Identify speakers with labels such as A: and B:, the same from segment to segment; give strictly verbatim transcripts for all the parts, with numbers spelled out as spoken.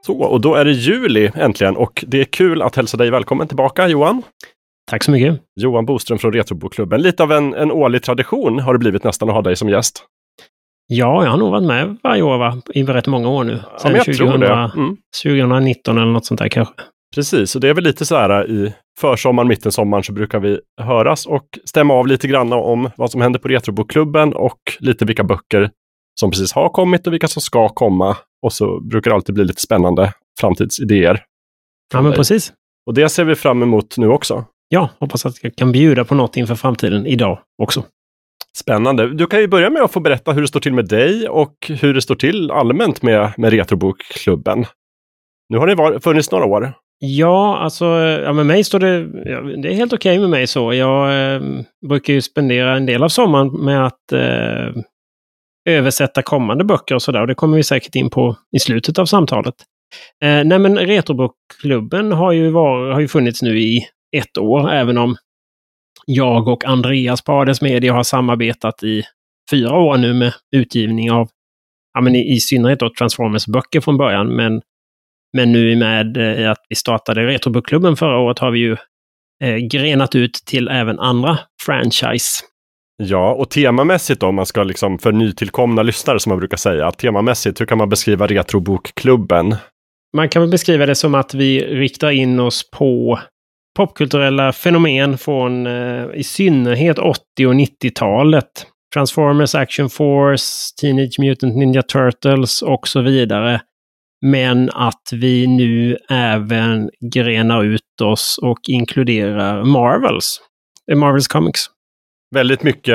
A: Så, och då är det juli äntligen och det är kul att hälsa dig välkommen tillbaka, Johan.
B: Tack så mycket.
A: Johan Boström från Retrobokklubben. Lite av en, en årlig tradition har det blivit nästan att ha dig som gäst.
B: Ja, jag har nog varit med varje år va? I rätt många år nu.
A: Sen ja, tjugo, mm.
B: tjugonitton eller något sånt där kanske.
A: Precis, och det är väl lite så här i försommaren, mitten sommaren så brukar vi höras och stämma av lite grann om vad som händer på Retrobokklubben och lite vilka böcker som precis har kommit och vilka som ska komma. Och så brukar det alltid bli lite spännande framtidsidéer.
B: Ja, men dig. Precis.
A: Och det ser vi fram emot nu också.
B: Ja, hoppas att jag kan bjuda på något inför framtiden idag också.
A: Spännande. Du kan ju börja med att få berätta hur det står till med dig och hur det står till allmänt med, med Retrobokklubben. Nu har det var, funnits några år.
B: Ja, alltså ja, med mig står det, ja, det är helt okej okay med mig så. Jag eh, brukar ju spendera en del av sommaren med att eh, översätta kommande böcker och sådär. Och det kommer vi säkert in på i slutet av samtalet. Eh, nej men Retrobokklubben har ju, var, har ju funnits nu i ett år, även om jag och Andreas på Ades Media har samarbetat i fyra år nu med utgivning av, ja men i, i synnerhet då Transformers-böcker från början, men, men nu med eh, att vi startade Retrobokklubben förra året har vi ju eh, grenat ut till även andra franchise.
A: Ja, och temamässigt då, om man ska liksom för nytillkomna lyssnare som man brukar säga, temamässigt, hur kan man beskriva Retrobokklubben?
B: Man kan väl beskriva det som att vi riktar in oss på popkulturella fenomen från eh, i synnerhet åttio- och nittiotalet. Transformers, Action Force, Teenage Mutant Ninja Turtles och så vidare. Men att vi nu även grenar ut oss och inkluderar Marvels. Marvels Comics.
A: Väldigt mycket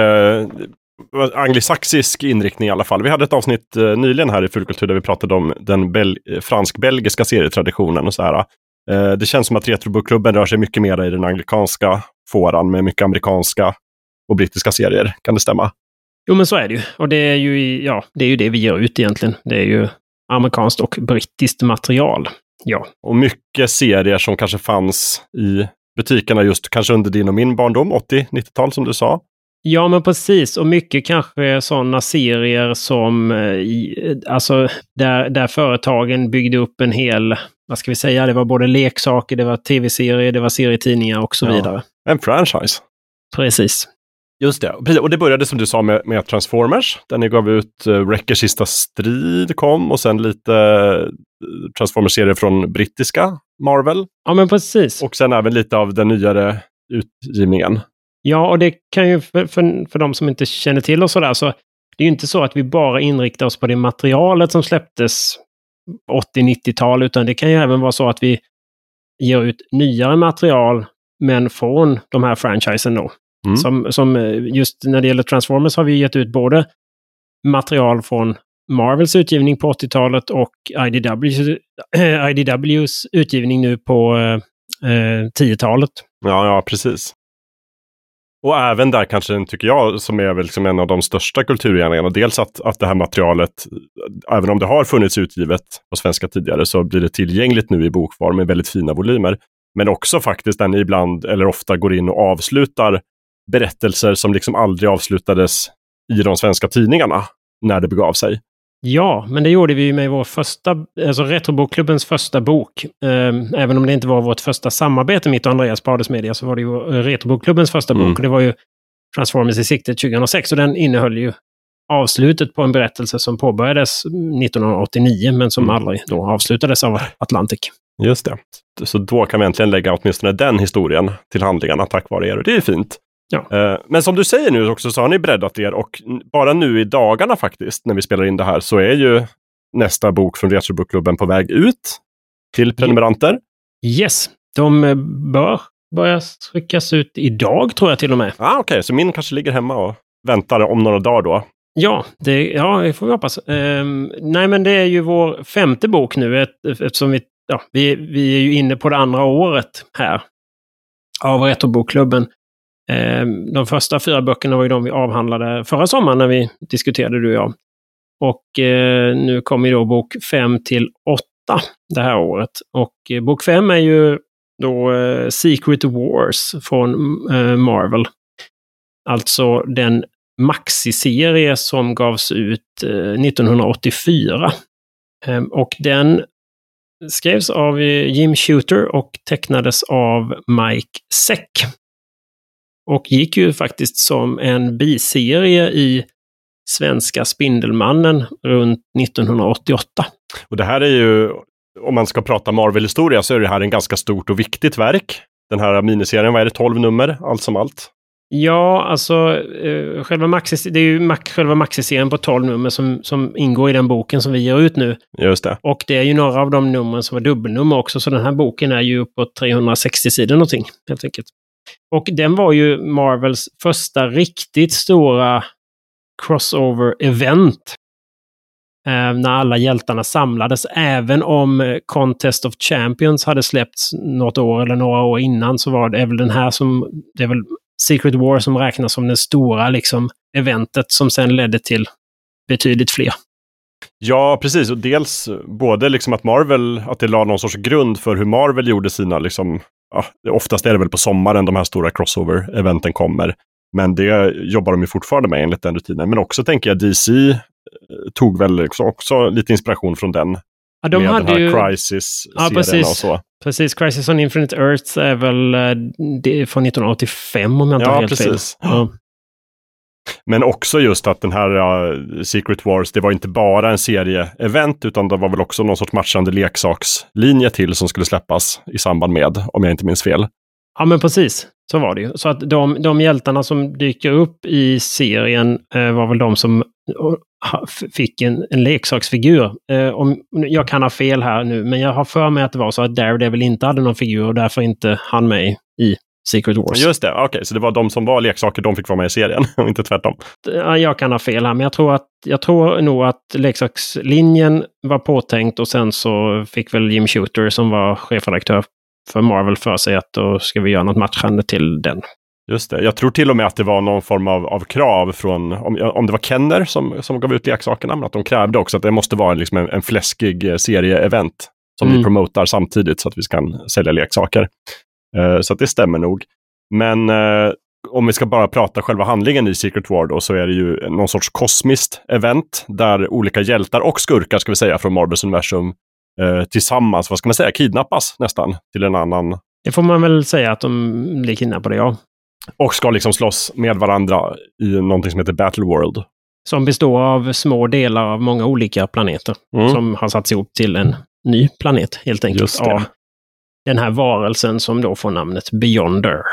A: anglisaxisk inriktning i alla fall. Vi hade ett avsnitt eh, nyligen här i Fullkultur där vi pratade om den bel- fransk-belgiska serietraditionen och så här. Eh, det känns som att Retrobokklubben rör sig mycket mer i den anglikanska fåran med mycket amerikanska och brittiska serier. Kan det stämma?
B: Jo, men så är det ju. Och det är ju, ja, det är ju det vi gör ut egentligen. Det är ju amerikanskt och brittiskt material. Ja.
A: Och mycket serier som kanske fanns i butikerna just kanske under din och min barndom, åttio-nittiotal som du sa.
B: Ja, men precis. Och mycket kanske sådana serier som alltså där, där företagen byggde upp en hel, vad ska vi säga, det var både leksaker, det var tv-serier, det var serietidningar och så ja, vidare.
A: En franchise.
B: Precis.
A: Just det. Och det började som du sa med, med Transformers. Där ni gav ut uh, Wreckers sista strid kom och sen lite uh, Transformers-serier från brittiska Marvel.
B: Ja, men precis.
A: Och sen även lite av den nyare utgivningen.
B: Ja, och det kan ju för, för, för de som inte känner till oss sådär, så det är ju inte så att vi bara inriktar oss på det materialet som släpptes åttio-nittiotal, utan det kan ju även vara så att vi ger ut nyare material men från de här franchisen då. Mm. Som, som just när det gäller Transformers har vi gett ut både material från Marvels utgivning på åttiotalet och I D W's, I D W's utgivning nu på eh, tiotalet.
A: Ja, ja, precis. Och även där kanske, tycker jag, som är väl liksom en av de största kulturgärningarna. Dels att, att det här materialet, även om det har funnits utgivet på svenska tidigare, så blir det tillgängligt nu i bokform med väldigt fina volymer. Men också faktiskt den ibland, eller ofta går in och avslutar berättelser som liksom aldrig avslutades i de svenska tidningarna när det begav sig.
B: Ja, men det gjorde vi med vår första, alltså Retrobokklubbens första bok. Även om det inte var vårt första samarbete, mitt och Andreas på Ades Media, så var det ju Retrobokklubbens första bok. Mm. Och det var ju Transformers i siktet tjugohundrasex, och den innehöll ju avslutet på en berättelse som påbörjades nittonhundraåttionio, men som mm. aldrig då avslutades av Atlantic.
A: Just det. Så då kan vi äntligen lägga åtminstone den historien till handlingarna tack vare er, och det är fint.
B: Ja.
A: Men som du säger nu också, så har ni breddat er, och bara nu i dagarna faktiskt när vi spelar in det här så är ju nästa bok från Retrobokklubben på väg ut till prenumeranter.
B: Yes, de bör börja tryckas ut idag tror jag till och med.
A: Ah, okej, okay. Så min kanske ligger hemma och väntar om några dagar då.
B: Ja, det, ja, det får vi hoppas. Um, nej, men det är ju vår femte bok nu, ett, eftersom vi, ja, vi, vi är ju inne på det andra året här av Retrobokklubben. De första fyra böckerna var ju de vi avhandlade förra sommaren när vi diskuterade, du och jag. Och eh, nu kommer ju då bok fem till åtta det här året. Och eh, bok fem är ju då eh, Secret Wars från eh, Marvel. Alltså den maxiserie som gavs ut eh, nittonhundraåttiofyra. Eh, och den skrevs av Jim Shooter och tecknades av Mike Zeck. Och gick ju faktiskt som en biserie i Svenska Spindelmannen runt nittonhundraåttioåtta.
A: Och det här är ju, om man ska prata Marvel-historia, så är det här en ganska stort och viktigt verk. Den här miniserien, vad är det, tolv nummer, allt som allt?
B: Ja, alltså eh, själva maxi, det är ju max, själva maxiserien på tolv nummer som, som ingår i den boken som vi ger ut nu.
A: Just det.
B: Och det är ju några av de numren som är dubbelnummer också, så den här boken är ju på trehundrasextio sidor någonting, helt enkelt. Och den var ju Marvels första riktigt stora crossover-event. Eh, när alla hjältarna samlades. Även om Contest of Champions hade släppts något år eller några år innan, så var det är väl den här som, det är väl Secret War som räknas som det stora liksom, eventet som sen ledde till betydligt fler.
A: Ja, precis. Och dels både liksom att Marvel, att det la någon sorts grund för hur Marvel gjorde sina, liksom, ja, oftast är det väl på sommaren de här stora crossover-eventen kommer. Men det jobbar de ju fortfarande med enligt den rutinen. Men också tänker jag D C tog väl också, också lite inspiration från den.
B: Ja, de
A: med
B: hade
A: den här
B: ju...
A: Crisis-serien
B: ja, precis.
A: och så.
B: Precis, Crisis on Infinite Earths är väl det är från nittonhundraåttiofem om jag inte
A: ja,
B: har helt
A: precis.
B: fel. Ja.
A: Men också just att den här uh, Secret Wars, det var inte bara en serie-event, utan det var väl också någon sorts matchande leksakslinje till som skulle släppas i samband med, om jag inte minns fel.
B: Ja, men precis. Så var det ju. Så att de, de hjältarna som dyker upp i serien eh, var väl de som uh, fick en, en leksaksfigur. Eh, om, jag kan ha fel här nu, men jag har för mig att det var så att Daredevil inte hade någon figur och därför inte han med i Secret Wars.
A: Just det, okej. Okay. Så det var de som var leksaker, de fick vara med i serien, och inte tvärtom.
B: Ja, jag kan ha fel här, men jag tror, att, jag tror nog att leksakslinjen var påtänkt och sen så fick väl Jim Shooter som var chefredaktör för Marvel för sig att då ska vi göra något matchande till den.
A: Just det. Jag tror till och med att det var någon form av, av krav från, om, om det var Kenner som, som gav ut leksakerna, men att de krävde också att det måste vara liksom en, en fläskig serie-event som mm. vi promotar samtidigt så att vi kan sälja leksaker. Uh, så att det stämmer nog. Men uh, om vi ska bara prata själva handlingen i Secret War då, så är det ju någon sorts kosmiskt event där olika hjältar och skurkar, ska vi säga, från Marvels universum uh, tillsammans, vad ska man säga, kidnappas nästan till en annan.
B: Det får man väl säga att de blir kidnappade, ja.
A: Och ska liksom slåss med varandra i någonting som heter Battle World.
B: Som består av små delar av många olika planeter mm. som har satts ihop till en ny planet, helt enkelt.
A: Just det.
B: Av den här varelsen som då får namnet Beyonder.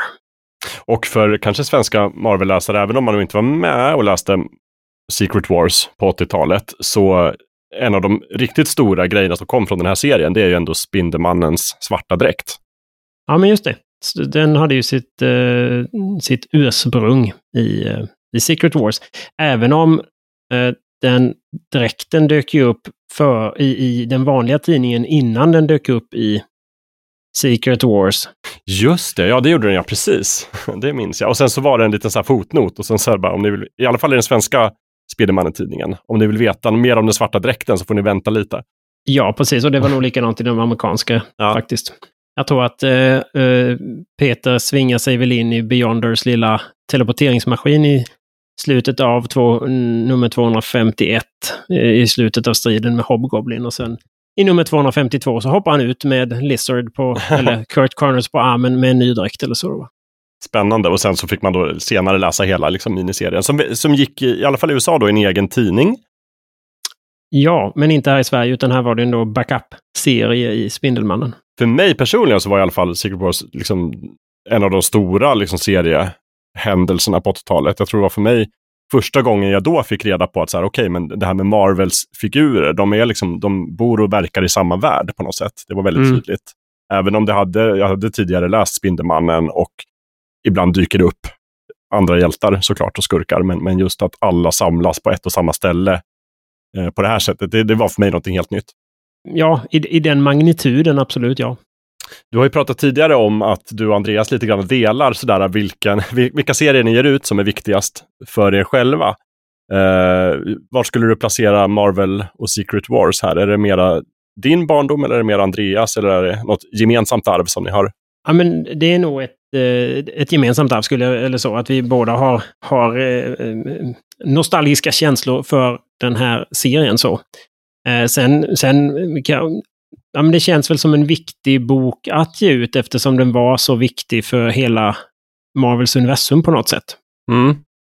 A: Och för kanske svenska Marvel-läsare, även om man inte var med och läste Secret Wars på åttiotalet, så en av de riktigt stora grejerna som kom från den här serien, det är ju ändå Spindelmannens svarta dräkt.
B: Ja, men just det. Den hade ju sitt, eh, sitt ursprung i, eh, i Secret Wars. Även om eh, den dräkten dök ju upp för, i, i den vanliga tidningen innan den dök upp i Secret Wars.
A: Just det, ja det gjorde den ja, precis. Det minns jag. Och sen så var det en liten så här fotnot och sen så här bara, om ni vill, i alla fall i den svenska Spindelmannen-tidningen, om ni vill veta mer om den svarta dräkten så får ni vänta lite.
B: Ja, precis. Och det var nog likadant i de amerikanska ja. faktiskt. Jag tror att eh, eh, Peter svingar sig väl in i Beyonders lilla teleporteringsmaskin i slutet av två, nummer tvåhundrafemtioett eh, i slutet av striden med Hobgoblin, och sen i nummer tvåhundrafemtiotvå så hoppar han ut med Lizard på, eller Kurt Connors på armen med en ny dräkt eller så.
A: Spännande, och sen så fick man då senare läsa hela liksom, miniserien som, som gick i, i alla fall i U S A då i en egen tidning.
B: Ja, men inte här i Sverige, utan här var det en då backup-serie i Spindelmannen.
A: För mig personligen så var i alla fall Secret Wars liksom en av de stora liksom, seriehändelserna på åttiotalet. Jag tror det var för mig första gången jag då fick reda på att så här, okej, men det här med Marvels figurer, de är liksom, de bor och verkar i samma värld på något sätt. Det var väldigt mm. tydligt. Även om det hade, jag hade tidigare läst Spindelmannen och ibland dyker det upp andra hjältar såklart och skurkar, men, men just att alla samlas på ett och samma ställe eh, på det här sättet, det, det var för mig någonting helt nytt.
B: Ja, i, i den magnituden absolut, ja.
A: Du har ju pratat tidigare om att du och Andreas lite grann delar sådär vilken, vilka serier ni ger ut som är viktigast för er själva. Eh, var skulle du placera Marvel och Secret Wars här? Är det mera din barndom eller är det mera Andreas, eller är det något gemensamt arv som ni har?
B: Ja, men det är nog ett, ett gemensamt arv skulle jag, eller så, att vi båda har, har eh, nostalgiska känslor för den här serien så. Eh, sen, sen ja, men det känns väl som en viktig bok att ge ut eftersom den var så viktig för hela Marvels universum på något sätt.
A: Mm.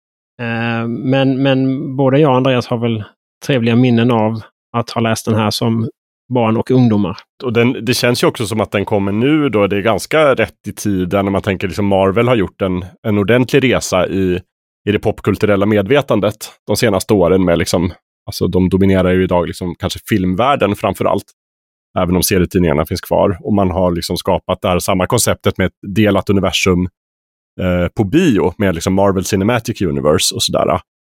B: Eh, men, men både jag och Andreas har väl trevliga minnen av att ha läst den här som barn och ungdomar.
A: Och den, det känns ju också som att den kommer nu då. Det är ganska rätt i tiden när man tänker liksom Marvel har gjort en, en ordentlig resa i, i det popkulturella medvetandet de senaste åren med liksom, alltså de dominerar ju idag liksom kanske filmvärlden framför allt. Även om serietidningarna finns kvar. Och man har liksom skapat det här samma konceptet med ett delat universum eh, på bio med liksom Marvel Cinematic Universe och sådär.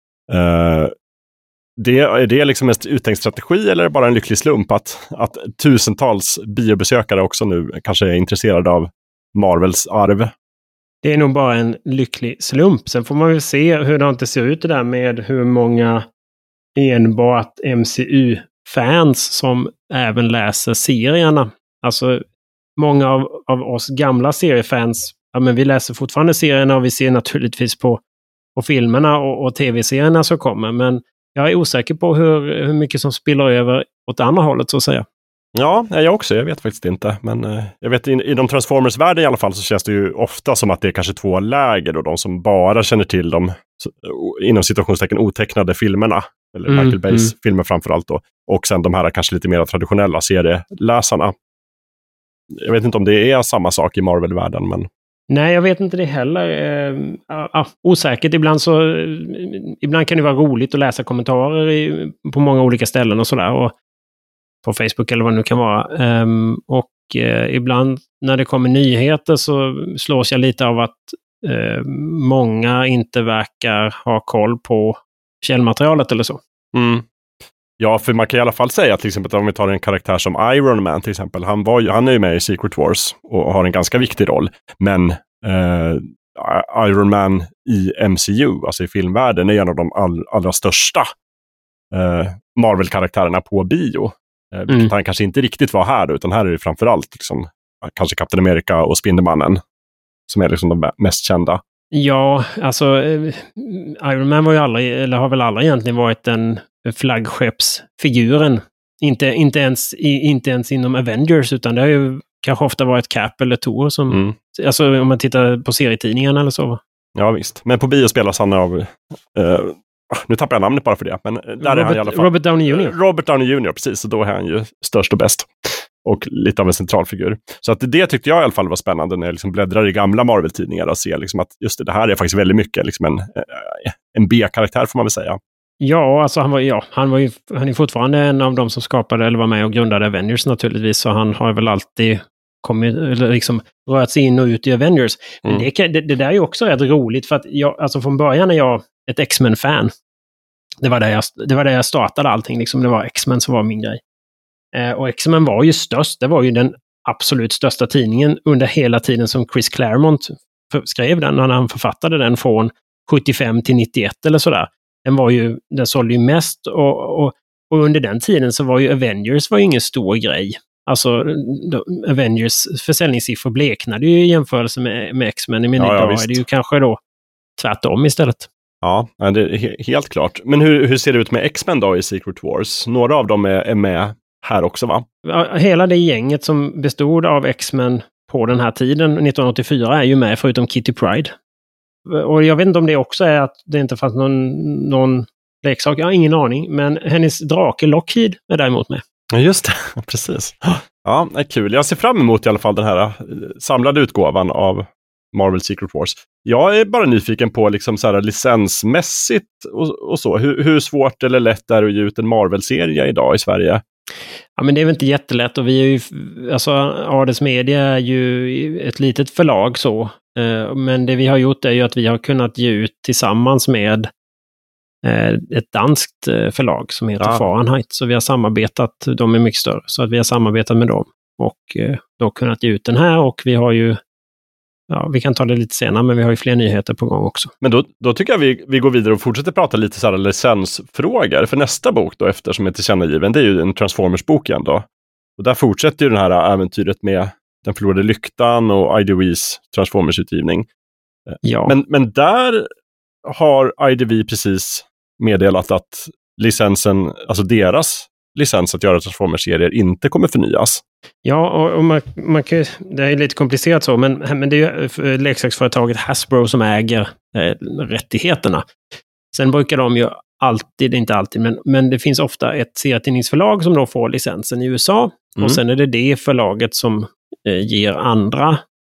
A: Eh, det, är det liksom en uttänkt strategi eller är det bara en lycklig slump att, att tusentals biobesökare också nu kanske är intresserade av Marvels arv?
B: Det är nog bara en lycklig slump. Sen får man ju se hur det inte ser ut det där med hur många enbart M C U-fans som även läser serierna. Alltså många av, av oss gamla seriefans, ja men vi läser fortfarande serierna och vi ser naturligtvis på, på filmerna och, och tv-serierna som kommer. Men jag är osäker på hur, hur mycket som spiller över åt andra hållet så att säga.
A: Ja, jag också. Jag vet faktiskt inte. Men eh, jag vet i, i de Transformers-världen i alla fall så känns det ju ofta som att det är kanske två läger och de som bara känner till de så, inom situationstecken otecknade filmerna. Eller
B: Mm,
A: Michael Bays
B: mm.
A: filmer framförallt då. Och sen de här kanske lite mer traditionella serieläsarna. Jag vet inte om det är samma sak i Marvel-världen, men...
B: Nej, jag vet inte det heller. Eh, ah, osäkert. Ibland så eh, ibland kan det vara roligt att läsa kommentarer i, på många olika ställen och sådär. Och på Facebook eller vad det nu kan vara. Um, och eh, ibland när det kommer nyheter så slås jag lite av att eh, många inte verkar ha koll på källmaterialet eller så.
A: Mm. Ja, för man kan i alla fall säga att till exempel om vi tar en karaktär som Iron Man till exempel. Han, var ju, han är ju med i Secret Wars och har en ganska viktig roll. Men eh, Iron Man i M C U, alltså i filmvärlden, är en av de all, allra största eh, Marvel-karaktärerna på bio. Eh, vilket
B: Mm.
A: han kanske inte riktigt var här, utan här är det framförallt liksom, kanske Captain America och Spindelmannen som är liksom de mest kända.
B: Ja, alltså eh, Iron Man var ju aldrig, eller har väl aldrig egentligen varit den flaggskeppsfiguren. Inte, inte, ens, i, inte ens inom Avengers, utan det har ju kanske ofta varit Cap eller Thor som,
A: Mm.
B: alltså om man tittar på serietidningarna eller så.
A: Ja visst, men på bio spelas han av eh, nu tappar jag namnet bara för det, men där
B: Robert,
A: är han i alla fall.
B: Robert Downey junior
A: Robert Downey junior, precis, och då är han ju störst och bäst. Och lite av en centralfigur. Så att det tyckte jag i alla fall var spännande när jag liksom bläddrar i gamla Marvel-tidningar och ser liksom att just det, det här är faktiskt väldigt mycket liksom en, en B-karaktär får man väl säga.
B: Ja, alltså han var, ja, han var ju han är fortfarande en av de som skapade eller var med och grundade Avengers naturligtvis, så han har väl alltid kommit, eller liksom rört sig in och ut i Avengers. Men
A: Mm.
B: det, det, det där är ju också rätt roligt för att jag, alltså från början är jag ett X-Men-fan. Det var där jag, det var där jag startade allting, liksom det var X-Men som var min grej. Eh, och X-Men var ju störst, det var ju den absolut största tidningen under hela tiden som Chris Claremont skrev den, när han författade den från sjuttiofem till nittioett eller sådär. Den var ju, den sålde ju mest och, och, och under den tiden så var ju Avengers var ju ingen stor grej. Alltså de, Avengers försäljningssiffror bleknade ju i jämförelse med, med X-Men. Men
A: Ja, ja,
B: idag
A: visst.
B: är det ju kanske då tvärtom istället.
A: Ja, det är he- helt klart. Men hur, hur ser det ut med X-Men då i Secret Wars? Några av dem är, är med här också, va?
B: Hela det gänget som bestod av X-Men på den här tiden, nittonhundraåttiofyra, är ju med förutom Kitty Pryde. Och jag vet inte om det också är att det inte fanns någon, någon leksak, jag har ingen aning. Men hennes drake Lockheed är däremot med.
A: Ja, just det. Precis. Ja, det är kul. Jag ser fram emot i alla fall den här samlade utgåvan av Marvel Secret Wars. Jag är bara nyfiken på liksom så här licensmässigt och, och så. Hur, hur svårt eller lätt är det att ge ut en Marvel-serie idag i Sverige?
B: Ja, men det är väl inte jättelätt och vi är ju, alltså Ades Media är ju ett litet förlag så. Men det vi har gjort är ju att vi har kunnat ge ut tillsammans med ett danskt förlag som heter
A: Ja.
B: Fahrenheit. Så vi har samarbetat, de är mycket större, så att vi har samarbetat med dem och då kunnat ge ut den här och vi har ju, ja, vi kan ta det lite senare, men vi har ju fler nyheter på gång också.
A: Men då, då tycker jag vi, vi går vidare och fortsätter prata lite så här licensfrågor. För nästa bok då, efter som är tillkännagiven, det är ju en Transformers-bok igen då. Och där fortsätter ju den här äventyret med Den förlorade lyktan och I D V:s Transformers-utgivning.
B: Ja.
A: Men, men där har I D V precis meddelat att licensen, alltså deras licens att göra Transformers-serier inte kommer förnyas.
B: Ja, och, och man, man kan ju, det är lite komplicerat så, men, men det är ju leksaksföretaget Hasbro som äger eh, rättigheterna. Sen brukar de ju alltid, inte alltid, men, men det finns ofta ett serietidningsförlag som då får licensen i U S A. Mm. Och sen är det det förlaget som eh, ger andra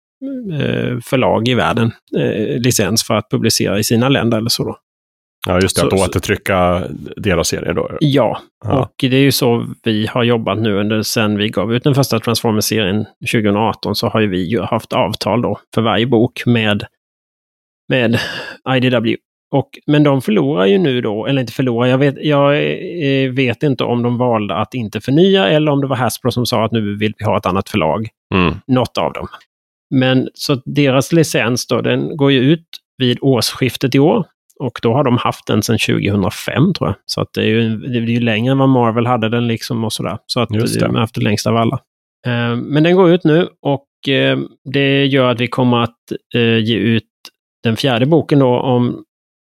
B: eh, förlag i världen eh, licens för att publicera i sina länder eller så då.
A: Ja, just det,
B: så,
A: att återtrycka deras serier då.
B: Ja, ja, och det är ju så vi har jobbat nu under sen vi gav ut den första Transformers-serien tjugo arton, så har ju vi ju haft avtal då för varje bok med, med I D W. Och, men de förlorar ju nu då, eller inte förlorar, jag vet, jag vet inte om de valde att inte förnya eller om det var Hasbro som sa att nu vill vi ha ett annat förlag. Mm. Något av dem. Men så deras licens då, den går ju ut vid årsskiftet i år. Och då har de haft den sedan tjugohundrafem tror jag. Så att det är ju, det är ju längre än vad Marvel hade den liksom och sådär. Så att
A: Just det.
B: De har haft det längst av alla. Uh, men den går ut nu och uh, det gör att vi kommer att uh, ge ut den fjärde boken då om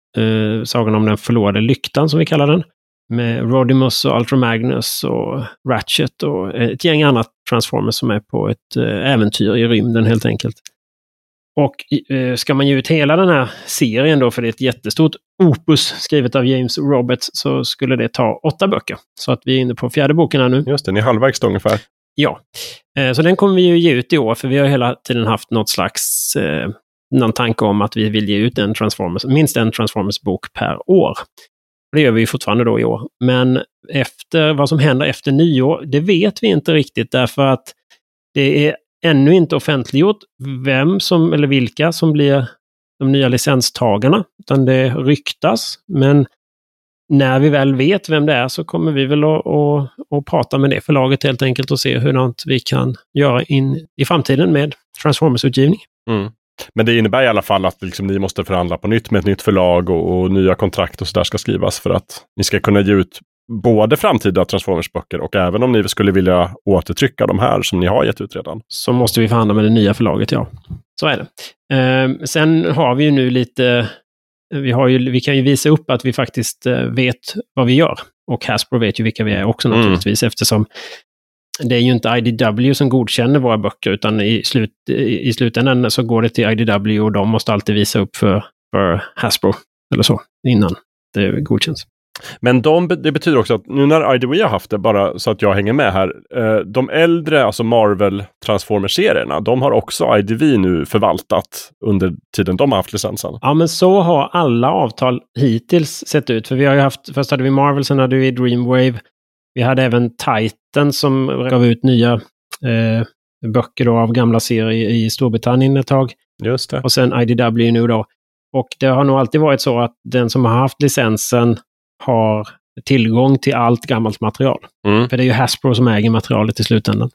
B: uh, sagan om den förlorade lyktan som vi kallar den. Med Rodimus och Ultra Magnus och Ratchet och ett gäng annat Transformers som är på ett uh, äventyr i rymden helt enkelt. Och eh, ska man ge ut hela den här serien då, för det är ett jättestort opus skrivet av James Roberts, så skulle det ta åtta böcker. Så att vi är inne på fjärde boken här nu.
A: Just det, ni är halvvägs då ungefär.
B: Ja, eh, så den kommer vi ju ge ut i år, för vi har hela tiden haft något slags eh, någon tanke om att vi vill ge ut en Transformers, minst en Transformers-bok per år. Det gör vi ju fortfarande då i år. Men efter vad som händer efter nyår, det vet vi inte riktigt, därför att det är ännu inte offentliggjort vem som eller vilka som blir de nya licenstagarna, utan det ryktas. Men när vi väl vet vem det är så kommer vi väl att, att, att prata med det förlaget helt enkelt och se hur något vi kan göra in i framtiden med Transformers-utgivning.
A: Mm. Men det innebär i alla fall att liksom, ni måste förhandla på nytt med ett nytt förlag och, och nya kontrakt och så där ska skrivas för att ni ska kunna ge ut både framtida Transformers-böcker och även om ni skulle vilja återtrycka de här som ni har gett ut redan.
B: Så måste vi förhandla med det nya förlaget, ja. Så är det. Eh, sen har vi ju nu lite... Vi, har ju, vi kan ju visa upp att vi faktiskt eh, vet vad vi gör. Och Hasbro vet ju vilka vi är också naturligtvis, mm. eftersom det är ju inte I D W som godkänner våra böcker, utan i, slut, i, i slutändan så går det till I D W och de måste alltid visa upp för, för Hasbro eller så innan det godkänns.
A: Men de, det betyder också att nu när I D W har haft det, bara så att jag hänger med här, eh, de äldre, alltså Marvel Transformers-serierna, de har också I D W nu förvaltat under tiden de har haft licensen.
B: Ja, men så har alla avtal hittills sett ut. För vi har ju haft, först hade vi Marvel, sen hade vi Dreamwave. Vi hade även Titan som gav ut nya eh, böcker då av gamla serier i Storbritannien ett tag.
A: Just det.
B: Och sen I D W nu då. Och det har nog alltid varit så att den som har haft licensen har tillgång till allt gammalt material. Mm. För det är ju Hasbro som äger materialet i slutändan.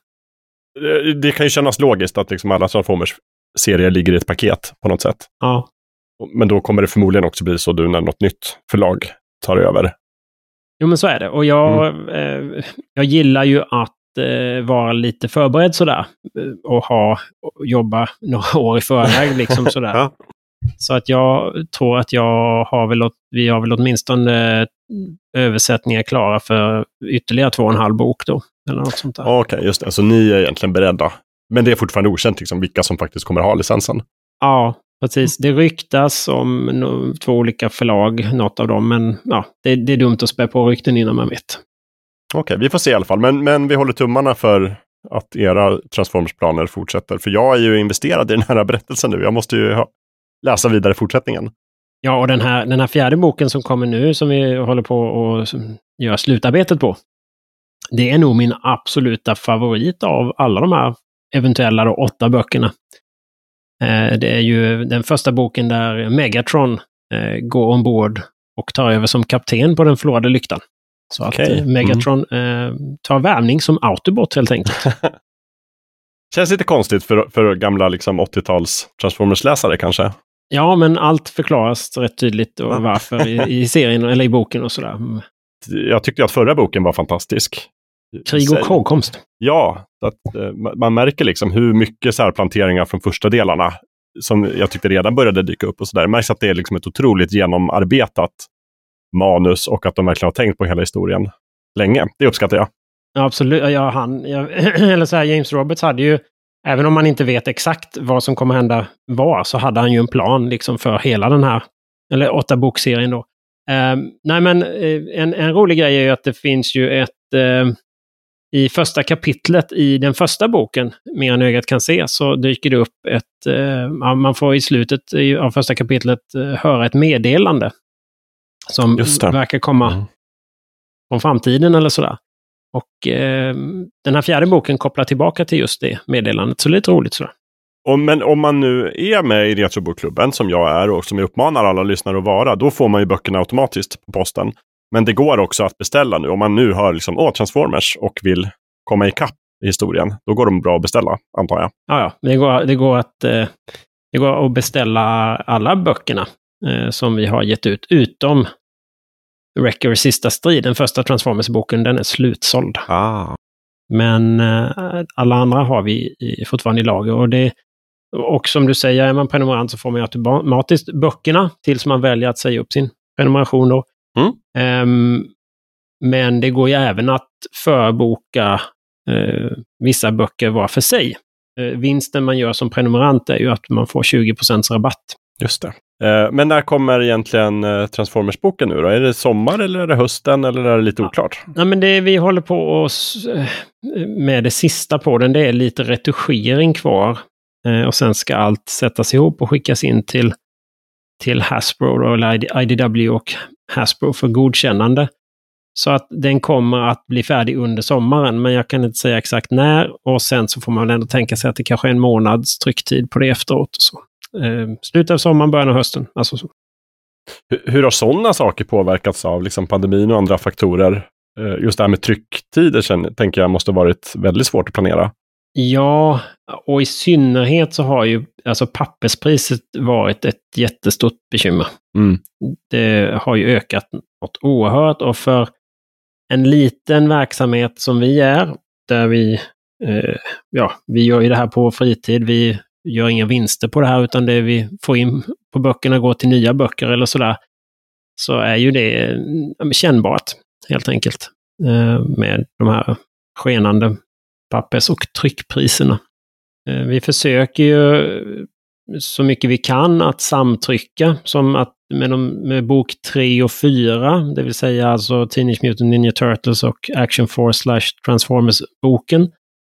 A: Det, det kan ju kännas logiskt att liksom alla Transformers-serier ligger i ett paket på något sätt.
B: Ja.
A: Men då kommer det förmodligen också bli så du när något nytt förlag tar över.
B: Jo, men så är det. Och jag, mm. eh, jag gillar ju att eh, vara lite förberedd sådär. Och ha, och jobba några år i förväg liksom sådär. Ja. Så att jag tror att jag har väl, vi har väl åtminstone översättningar klara för ytterligare två och en halv bok då. Eller något sånt där.
A: Okej, okay, just det. Så ni är egentligen beredda. Men det är fortfarande okänt liksom, vilka som faktiskt kommer ha licensen.
B: Ja, precis. Det ryktas om no, två olika förlag, något av dem. Men ja, det, det är dumt att spä på rykten innan man vet.
A: Okej, okay, vi får se i alla fall. Men, men vi håller tummarna för att era Transformers-planer fortsätter. För jag är ju investerad i den här berättelsen nu. Jag måste ju ha läsa vidare fortsättningen.
B: Ja, och den här, den här fjärde boken som kommer nu, som vi håller på att göra slutarbetet på, det är nog min absoluta favorit av alla de här eventuella då, åtta böckerna. Eh, det är ju den första boken där Megatron eh, går ombord och tar över som kapten på den förlorade lyktan. Så okay. att eh, Megatron mm. eh, tar värvning som Autobot helt enkelt.
A: Känns lite konstigt för, för gamla liksom, åttio-tals Transformers-läsare kanske.
B: Ja, men allt förklaras rätt tydligt och varför i, i serien eller i boken och sådär.
A: Jag tyckte att förra boken var fantastisk.
B: Krig och hågkomst.
A: Ja, att, uh, man märker liksom hur mycket så här planteringar från första delarna som jag tyckte redan började dyka upp och sådär. Det märks att det är liksom ett otroligt genomarbetat manus och att de verkligen har tänkt på hela historien länge. Det uppskattar jag.
B: Ja, absolut. Ja, han, ja, eller så här, James Roberts hade ju, även om man inte vet exakt vad som kommer hända var, så hade han ju en plan liksom för hela den här, eller åtta bokserien då. Um, nej men uh, en, en rolig grej är ju att det finns ju ett uh, i första kapitlet i den första boken, Mer än ögat kan se, så dyker det upp ett, uh, man får i slutet av första kapitlet uh, höra ett meddelande som verkar komma mm. från framtiden eller sådär. Och uh, den här fjärde boken kopplar tillbaka till just det meddelandet, så det är lite roligt sådär.
A: Och, men om man nu är med i Retrobokklubben, som jag är och som jag uppmanar alla lyssnare att vara, då får man ju böckerna automatiskt på posten. Men det går också att beställa nu. Om man nu hör liksom, åh, Transformers och vill komma ikapp i historien, då går de bra att beställa, antar jag.
B: Ja, ja. Det går, det går, att, eh, det går att beställa alla böckerna eh, som vi har gett ut, utom Wrecker sista strid. Den första Transformers-boken, den är slutsåld.
A: Ah.
B: Men eh, alla andra har vi i, fortfarande i lager. Och, det, och som du säger, är man prenumerant så får man automatiskt böckerna tills man väljer att säga upp sin prenumeration då.
A: Mm.
B: Um, men det går ju även att förboka uh, vissa böcker var för sig. Uh, vinsten man gör som prenumerant är ju att man får tjugo procent rabatt.
A: Just det. Uh, men när kommer egentligen uh, Transformers-boken nu då? Är det sommar eller är det hösten eller är det lite oklart?
B: Ja, men det vi håller på oss, uh, med det sista på den, det är lite retuschering kvar. Uh, och sen ska allt sättas ihop och skickas in till till Hasbro då, eller I D W och Hasbro för godkännande. Så att den kommer att bli färdig under sommaren, men jag kan inte säga exakt när. Och sen så får man väl ändå tänka sig att det kanske är en månads trycktid på det efteråt. Och så. Eh, slutet av sommaren, början av hösten. Alltså så.
A: Hur, hur har sådana saker påverkats av liksom pandemin och andra faktorer? Eh, just det här med trycktider sen, tänker jag måste ha varit väldigt svårt att planera.
B: Ja, och i synnerhet så har ju alltså papperspriset varit ett jättestort bekymmer.
A: Mm.
B: Det har ju ökat något oerhört, och för en liten verksamhet som vi är, där vi, eh, ja, vi gör ju det här på fritid, vi gör inga vinster på det här, utan det vi får in på böckerna går till nya böcker eller sådär, så är ju det kännbart helt enkelt eh, med de här skenande pappers- och tryckpriserna. Vi försöker ju så mycket vi kan att samtrycka, som att med, de, med bok tre och fyra, det vill säga alltså Teenage Mutant Ninja Turtles och Action Force slash Transformers-boken.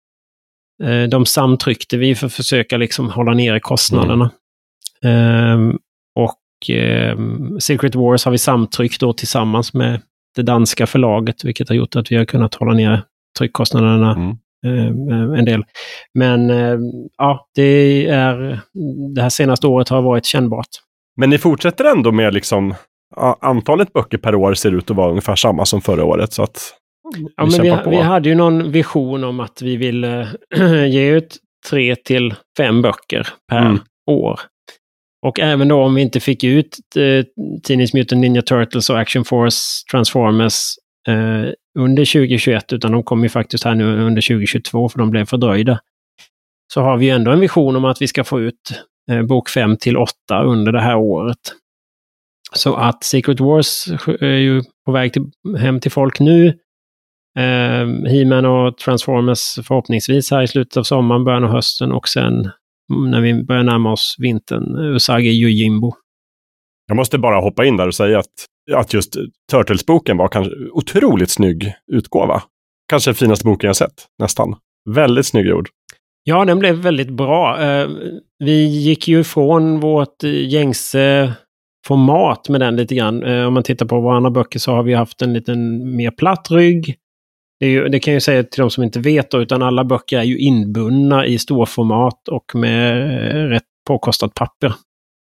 B: De samtryckte vi för att försöka liksom hålla nere kostnaderna. Mm. Um, och um, Secret Wars har vi samtryckt då tillsammans med det danska förlaget, vilket har gjort att vi har kunnat hålla ner tryckkostnaderna mm. en del. Men ja, det är det här senaste året har varit kännbart.
A: Men ni fortsätter ändå med liksom antalet böcker per år ser ut att vara ungefär samma som förra året, så att
B: ja, men vi, vi hade ju någon vision om att vi ville ge ut tre till fem böcker per mm. år. Och även då om vi inte fick ut eh, Teenage Mutant Ninja Turtles och Action Force Transformers eh, under tjugo tjugoett, utan de kom ju faktiskt här nu under tjugo tjugotvå för de blev fördröjda. Så har vi ju ändå en vision om att vi ska få ut eh, bok fem till åtta under det här året. Så att Secret Wars är ju på väg till, hem till folk nu. Eh, He-Man och Transformers förhoppningsvis här i slutet av sommaren, början av hösten, och sen när vi börjar närma oss vintern, Usagi Yojimbo.
A: Jag måste bara hoppa in där och säga att, att just Turtles-boken var kanske otroligt snygg utgåva. Kanske den finaste boken jag sett, nästan. Väldigt snygg gjord. Ja,
B: den blev väldigt bra. Vi gick ju ifrån vårt gängse format med den lite grann. Om man tittar på våra andra böcker så har vi haft en liten mer platt rygg. Det, är ju, det kan jag ju säga till de som inte vet då, utan alla böcker är ju inbundna i storformat och med rätt påkostat papper.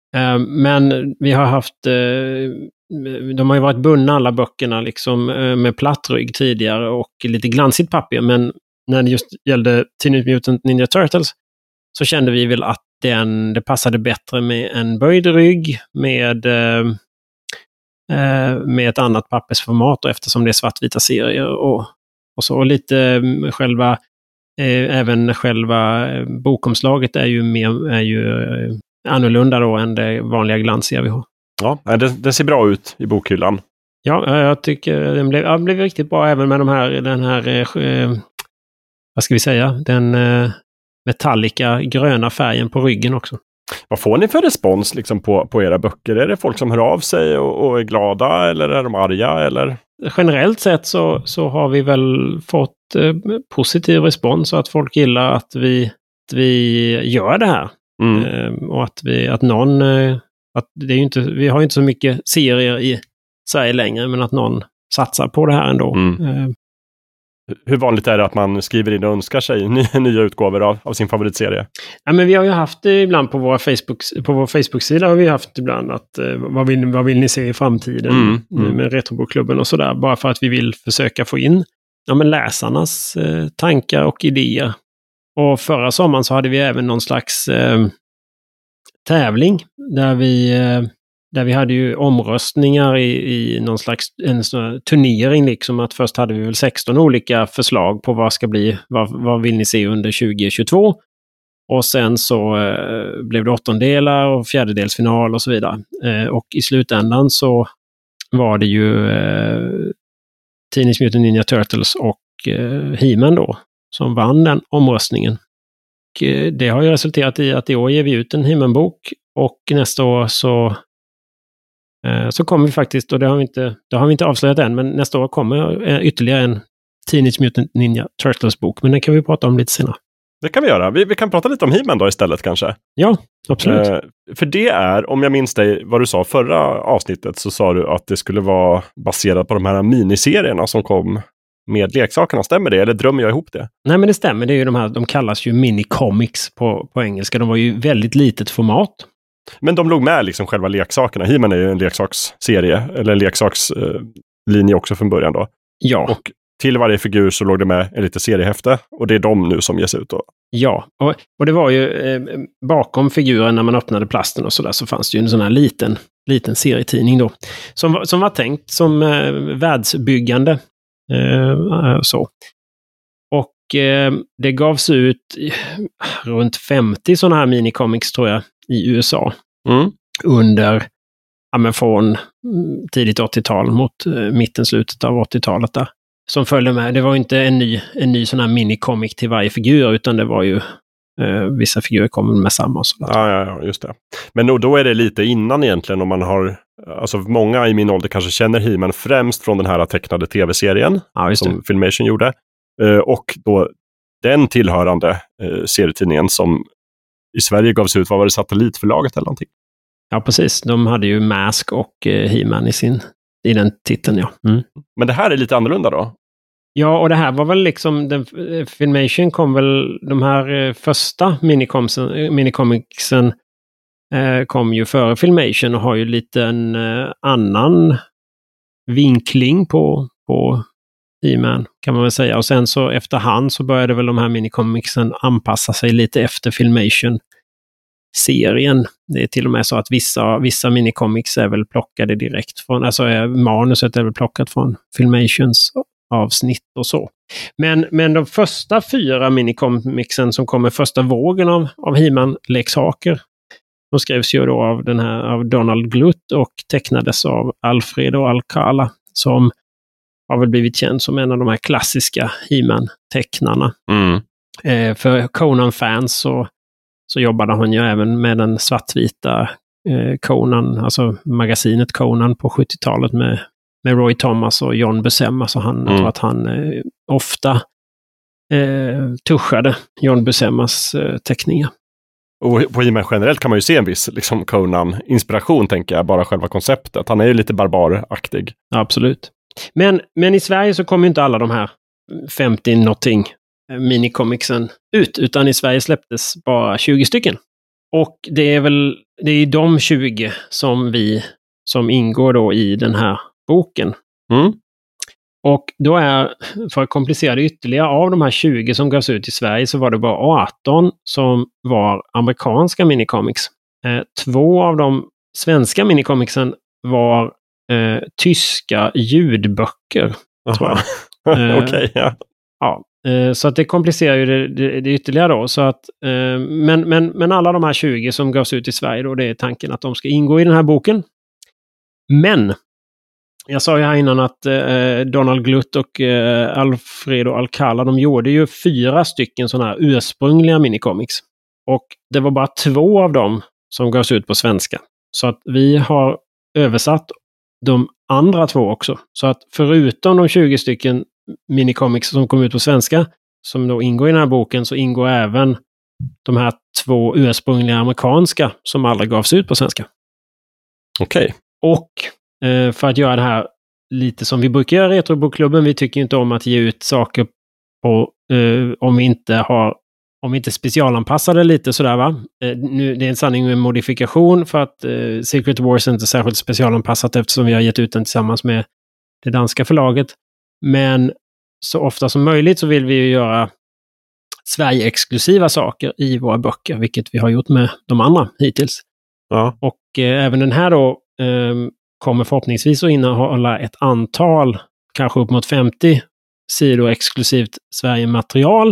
B: Men vi har haft, de har ju varit bundna alla böckerna liksom med platt rygg tidigare och lite glansigt papper, men när det just gällde Teenage Mutant Ninja Turtles så kände vi väl att den, det passade bättre med en böjd rygg med, med ett annat pappersformat, och eftersom det är svartvita serier och, och så lite själva, även själva bokomslaget är ju, mer, är ju annorlunda då än det vanliga glansiga vi har.
A: Ja, det, det ser bra ut i bokhyllan.
B: Ja, jag tycker den blev, ja, den blev riktigt bra även med de här, den här, eh, vad ska vi säga, den eh, metallika gröna färgen på ryggen också.
A: Vad får ni för respons liksom på, på era böcker? Är det folk som hör av sig och, och är glada eller är de arga? Eller?
B: Generellt sett så, så har vi väl fått eh, positiv respons och att folk gillar att vi, att vi gör det här.
A: Mm.
B: Eh, och att, vi, att någon, eh, att det är ju inte, vi har ju inte så mycket serier i Sverige längre, men att någon satsar på det här ändå.
A: Mm.
B: Eh,
A: Hur vanligt är det att man skriver in och önskar sig nya, nya utgåvor av, av sin favoritserie?
B: Ja, men vi har ju haft det ibland på, våra Facebook, på vår Facebook-sida har vi haft ibland att eh, vad, vill, vad vill ni se i framtiden
A: Mm, mm.
B: med Retrobokklubben och sådär. Bara för att vi vill försöka få in ja, men läsarnas eh, tankar och idéer. Och förra sommaren så hade vi även någon slags eh, tävling där vi, eh, där vi hade ju omröstningar i, i någon slags en sån turnering. Liksom att först hade vi väl sexton olika förslag på vad ska bli, vad, vad vill ni se under tjugo tjugotvå. Och sen så eh, blev det åttondelar och fjärdedelsfinal och så vidare. Eh, och i slutändan så var det ju eh, Teenage Mutant Ninja Turtles och eh, He-Man då som vann den omröstningen. Och, eh, det har ju resulterat i att i år ger vi ut en He-Man-bok och nästa år så eh, så kommer vi faktiskt, och det har vi inte, det har vi inte avslöjat än, men nästa år kommer eh, ytterligare en Teenage Mutant Ninja Turtles-bok, men den kan vi prata om lite senare.
A: Det kan vi göra. Vi, vi kan prata lite om He-Man då istället kanske.
B: Ja, absolut.
A: Eh, för det är, om jag minns dig vad du sa förra avsnittet, så sa du att det skulle vara baserat på de här miniserierna som kom med leksakerna. Stämmer det? Eller drömmer jag ihop det?
B: Nej, men det stämmer. Det är ju de här, de kallas ju mini-comics på, på engelska. De var ju väldigt litet format.
A: Men de låg med liksom själva leksakerna. He-Man är ju en leksaksserie, eller en leksakslinje eh, också från början då.
B: Ja.
A: Och till varje figur så låg det med en liten seriehäfte. Och det är de nu som ges ut då.
B: Ja, och, och det var ju eh, bakom figuren när man öppnade plasten och sådär så fanns det ju en sån här liten, liten serietidning då. Som, som var tänkt som eh, världsbyggande. Eh, så. Och eh, det gavs ut runt femtio sådana här minicomics tror jag i U S A.
A: Mm.
B: Under, ja men från tidigt åttiotal mot eh, mitten, slutet av åttiotalet där. Som följde med. Det var inte en ny, en ny sån här minicomic till varje figur, utan det var ju eh, vissa figurer kom med samma. Och sådär.
A: Ja, ja, ja, just det. Men då, då är det lite innan egentligen om man har, alltså många i min ålder kanske känner He-Man främst från den här tecknade tv-serien
B: ja, just
A: som
B: det.
A: Filmation gjorde. Eh, och då den tillhörande eh, serietidningen som i Sverige gavs ut, vad var det, Satellitförlaget eller någonting?
B: Ja, precis. De hade ju Mask och eh, He-Man i sin i den titeln, ja. Mm.
A: Men det här är lite annorlunda då?
B: Ja, och det här var väl liksom, den, Filmation kom väl, de här eh, första minicomicsen, minicomicsen eh, kom ju före Filmation och har ju lite en eh, annan vinkling på, på He-Man, kan man väl säga. Och sen så efterhand så började väl de här minicomicsen anpassa sig lite efter Filmation serien. Det är till och med så att vissa, vissa minicomics är väl plockade direkt från, alltså är, manuset är väl plockat från Filmations avsnitt och så. Men, men de första fyra minicomicsen som kommer första vågen av, av He-Man-leksaker, de skrevs ju då av, den här, av Donald Glut och tecknades av Alfredo Alcala som har väl blivit känd som en av de här klassiska He-Man-tecknarna.
A: Mm.
B: Eh, för Conan-fans så så jobbade han ju även med den svartvita eh, Conan, alltså magasinet Conan på sjuttiotalet med, med Roy Thomas och John Buscema. Så han, mm. jag tror att han eh, ofta eh, tuschade John Buscemas eh, teckningar.
A: Och på He-Man generellt kan man ju se en viss liksom, Conan-inspiration, tänker jag, bara själva konceptet. Han är ju lite barbaraktig.
B: Absolut. Men, men i Sverige så kommer ju inte alla de här femtio-någonting minicomicsen ut, utan i Sverige släpptes bara tjugo stycken. Och det är väl det är de tjugo som vi som ingår då i den här boken.
A: Mm.
B: Och då är, för att komplicera det ytterligare, av de här tjugo som gavs ut i Sverige så var det bara arton som var amerikanska minicomics. Eh, två av de svenska minicomicsen var eh, tyska ljudböcker. Tror jag.
A: Okej, okay, ja.
B: Ja, så att det komplicerar ju det, det, det ytterligare då. Så att, men, men, men alla de här tjugo som gavs ut i Sverige då, det är tanken att de ska ingå i den här boken. Men Jag sa ju här innan att eh, Donald Glutt och eh, Alfredo Alcala, de gjorde ju fyra stycken sådana här ursprungliga minicomics. Och det var bara två av dem som gavs ut på svenska. Så att vi har översatt de andra två också. Så att förutom de tjugo stycken minicomics som kom ut på svenska, som då ingår i den här boken, så ingår även de här två ursprungliga amerikanska som aldrig gavs ut på svenska.
A: Okej. Okay.
B: Och eh, för att göra det här lite som vi brukar göra i Retrobokklubben, vi tycker inte om att ge ut saker på, eh, om vi inte har om vi inte specialanpassar det lite sådär va. Eh, nu, det är en sanning med modifikation för att eh, Secret Wars är inte särskilt specialanpassat eftersom vi har gett ut den tillsammans med det danska förlaget. Men så ofta som möjligt så vill vi ju göra Sverige-exklusiva saker i våra böcker, vilket vi har gjort med de andra hittills.
A: Ja.
B: Och eh, även den här då eh, kommer förhoppningsvis att innehålla ett antal, kanske upp mot femtio sidor exklusivt Sverige-material.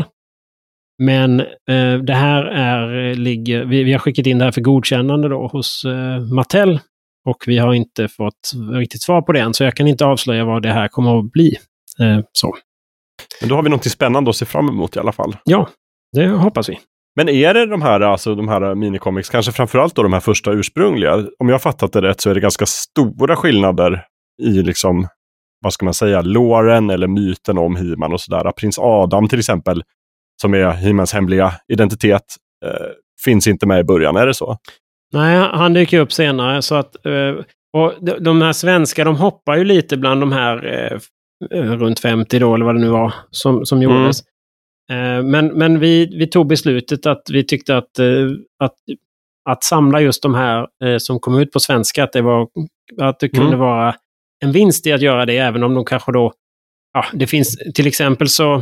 B: Men eh, det här är, ligger, vi, vi har skickat in det här för godkännande då hos eh, Mattel. Och vi har inte fått riktigt svar på det än, så jag kan inte avslöja vad det här kommer att bli. Eh, så.
A: Men då har vi något spännande att se fram emot i alla fall.
B: Ja, det hoppas vi.
A: Men är det de här, alltså de här minicomics, kanske framförallt då de här första ursprungliga, om jag har fattat det rätt så är det ganska stora skillnader i liksom, vad ska man säga, låren eller myten om He-Man och sådär. Prins Adam till exempel, som är He-Mans hemliga identitet, eh, finns inte med i början, är det så?
B: Nej, han dyker upp senare så att, eh, och de, de här svenska, de hoppar ju lite bland de här eh, runt femtio då, eller vad det nu var, som, som gjordes. Mm. Men, men vi, vi tog beslutet att vi tyckte att, att, att samla just de här som kom ut på svenska, att det, var, att det kunde mm. vara en vinst i att göra det, även om de kanske då, ja, det finns till exempel så,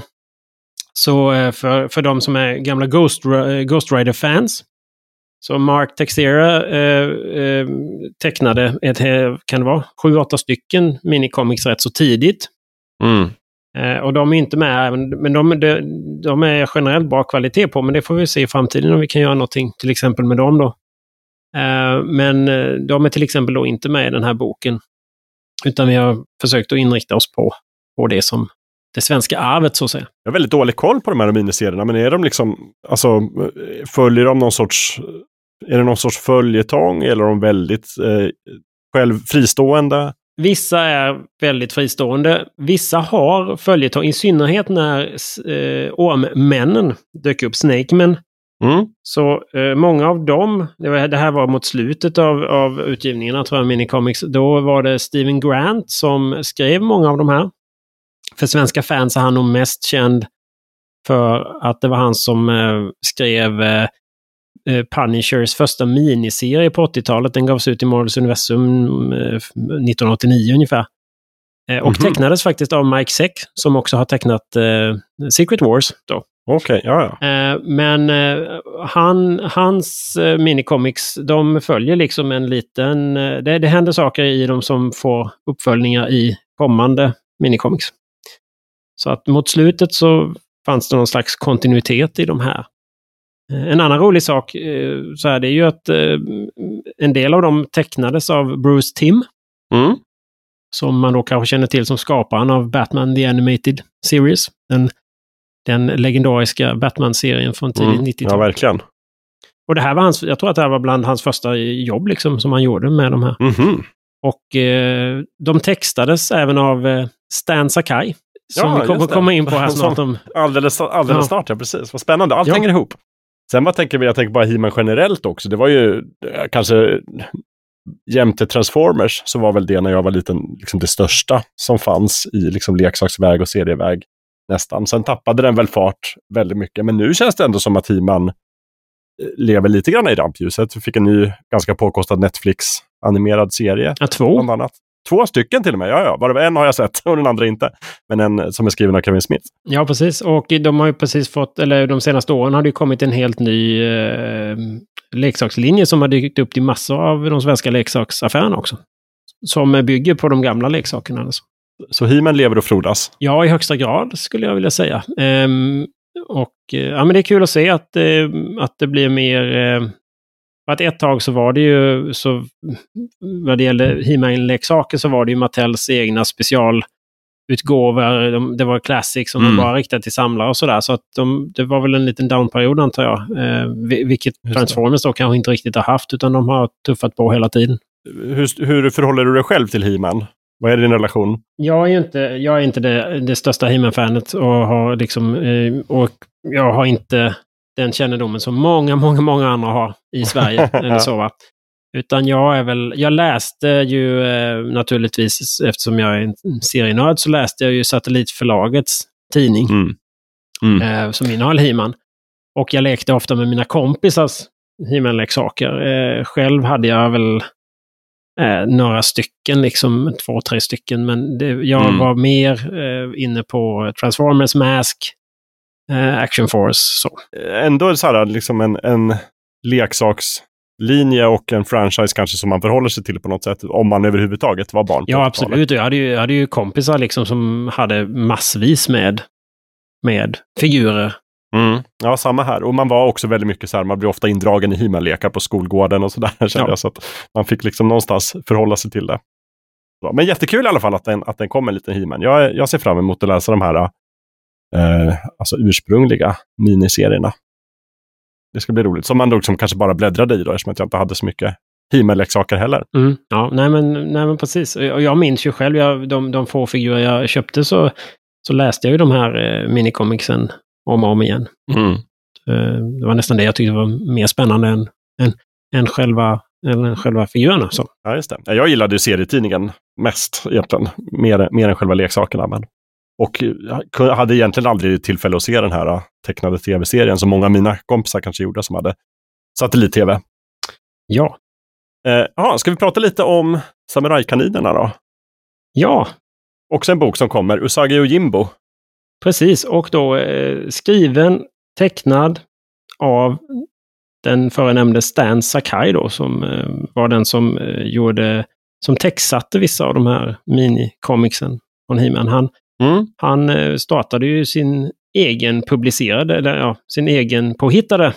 B: så för, för de som är gamla Ghost, Ghost Rider-fans, så Mark Texeira eh, eh, tecknade ett, kan det vara, sju, åtta stycken minicomics rätt så tidigt.
A: Mm.
B: Eh, och de är inte med, men de, de, de är generellt bra kvalitet på, men det får vi se i framtiden om vi kan göra någonting till exempel med dem då. Eh, men de är till exempel då inte med i den här boken, utan vi har försökt att inrikta oss på, på det som det svenska arvet så att säga.
A: Jag har väldigt dålig koll på de här miniserierna, men är de liksom, alltså följer de någon sorts, är det någon sorts följetong eller är de väldigt eh, själv fristående?
B: Vissa är väldigt fristående. Vissa har följetong, i synnerhet när eh, ormmännen dök upp, Snake Men.
A: Mm.
B: Så eh, många av dem, det, var, det här var mot slutet av, av utgivningarna tror jag, minicomics, då var det Steven Grant som skrev många av de här. För svenska fans är han nog mest känd för att det var han som eh, skrev eh, Punishers första miniserie på åttiotalet. Den gavs ut i Marvels Universum eh, nittonhundraåttionio ungefär. Eh, och mm-hmm. tecknades faktiskt av Mike Zeck, som också har tecknat eh, Secret Wars då.
A: Okej, okay, ja, ja.
B: Eh, men eh, han, hans eh, minicomics, de följer liksom en liten... Eh, det, det händer saker i dem som får uppföljningar i kommande minicomics. Så att mot slutet så fanns det någon slags kontinuitet i de här. En annan rolig sak så är det ju att en del av dem tecknades av Bruce Timm.
A: Mm.
B: Som man då kanske känner till som skaparen av Batman The Animated Series. Den, den legendariska Batman-serien från tidigt
A: mm.
B: nittiotal.
A: Ja, verkligen.
B: Och det här var hans, jag tror att det här var bland hans första jobb liksom, som han gjorde med de här.
A: Mm-hmm.
B: Och eh, de textades även av eh, Stan Sakai. Som
A: ja,
B: vi kommer komma in på här snart. Om...
A: Alldeles, alldeles ja. snart, ja precis. Vad spännande, allt
B: ja.
A: hänger ihop. Sen vad tänker vi, jag tänker bara He-Man generellt också. Det var ju kanske jämte Transformers så var väl det när jag var liten liksom det största som fanns i liksom leksaksväg och serieväg nästan. Sen tappade den väl fart väldigt mycket. Men nu känns det ändå som att He-Man lever lite grann i rampljuset. Vi fick en ny ganska påkostad Netflix-animerad serie.
B: Ja, två.
A: Bland annat. Två stycken till och med, ja ja. Bara en har jag sett och den andra inte. Men en som är skriven av Kevin Smith.
B: Ja, precis. Och de har ju precis fått, eller de senaste åren har det ju kommit en helt ny eh, leksakslinje som har dykt upp i massor av de svenska leksaksaffärerna också. Som bygger på de gamla leksakerna. Alltså.
A: Så He-Man lever och frodas?
B: Ja, i högsta grad skulle jag vilja säga. Ehm, och ja, men det är kul att se att, eh, att det blir mer... Eh, att ett tag så var det ju, så vad det gäller He-Man-leksaker så var det ju Mattels egna specialutgåvor. De, det var Classic som mm. de bara riktade till samlare och sådär. Så att de, det var väl en liten downperiod antar jag. Eh, vilket Transformers då kanske inte riktigt har haft, utan de har tuffat på hela tiden.
A: Hur, hur förhåller du dig själv till He-Man? Vad är din relation?
B: Jag är ju inte, jag är inte det, det största He-Man-fanet och har liksom, eh, och jag har inte den kännedomen som många, många, många andra har i Sverige. eller så, va? Utan jag är väl, jag läste ju eh, naturligtvis, eftersom jag är en serienörd, så läste jag ju Satellitförlagets tidning
A: mm. Mm.
B: Eh, som innehöll He-Man. Och jag lekte ofta med mina kompisars He-Man-leksaker. Eh, själv hade jag väl eh, några stycken, liksom två, tre stycken, men det, jag mm. var mer eh, inne på Transformers, Mask, eh, Action Force. Så.
A: Ändå är det så här, liksom en, en leksakslinje och en franchise kanske som man förhåller sig till på något sätt, om man överhuvudtaget var barn.
B: Ja, absolut. Jag hade ju, jag hade ju kompisar liksom som hade massvis med, med figurer.
A: Mm. Ja, samma här. Och man var också väldigt mycket så här, man blev ofta indragen i He-Man-lekar på skolgården och sådär. Ja. Så att man fick liksom någonstans förhålla sig till det. Så, men jättekul i alla fall att den, att den kom en liten He-Man. Jag, jag ser fram emot att läsa de här eh, alltså ursprungliga miniserierna. Det ska bli roligt. Som man då liksom kanske bara bläddrade i då, eftersom att jag inte hade så mycket He-Man-leksaker heller.
B: Mm. Ja, nej men, nej men precis. Och jag minns ju själv, jag, de, de få figurer jag köpte så, så läste jag ju de här eh, minicomicsen om och om igen.
A: Mm.
B: Det var nästan det jag tyckte var mer spännande än, än, än, själva, än själva figurerna. Så.
A: Ja, just det. Jag gillade ju serietidningen mest egentligen. Mer, mer än själva leksakerna. Men. Och jag hade egentligen aldrig tillfälle att se den här tecknade tv-serien som många av mina kompisar kanske gjorde som hade satellit-tv.
B: Ja.
A: Eh, aha, ska vi prata lite om Samurai-kaninerna då?
B: Ja.
A: Också en bok som kommer, Usagi och Jimbo.
B: Precis, och då eh, skriven, tecknad av den förenämnde Stan Sakai då, som eh, var den som eh, gjorde, som textsatte vissa av de här mini-comicsen från He-Man. Han, mm. han eh, startade ju sin egen publicerade, eller ja, sin egen påhittade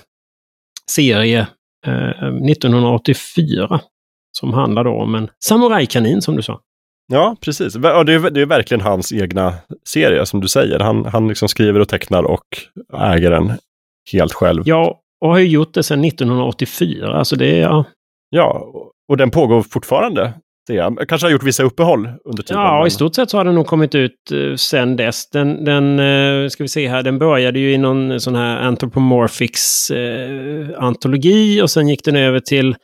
B: serie eh, nittonhundraåttiofyra som handlar då om en samurai-kanin som du sa.
A: Ja, precis. Det är, det är verkligen hans egna serie som du säger. Han, han liksom skriver och tecknar och äger den helt själv.
B: Ja, och har ju gjort det sedan nittonhundraåttiofyra. Alltså det är, ja.
A: Ja, och den pågår fortfarande. Det är, kanske har gjort vissa uppehåll under tiden.
B: Ja,
A: men...
B: i stort sett så har den nog kommit ut uh, sedan dess. Den, den uh, ska vi se här, den började ju i någon sån här Anthropomorphics uh, antologi och sen gick den över till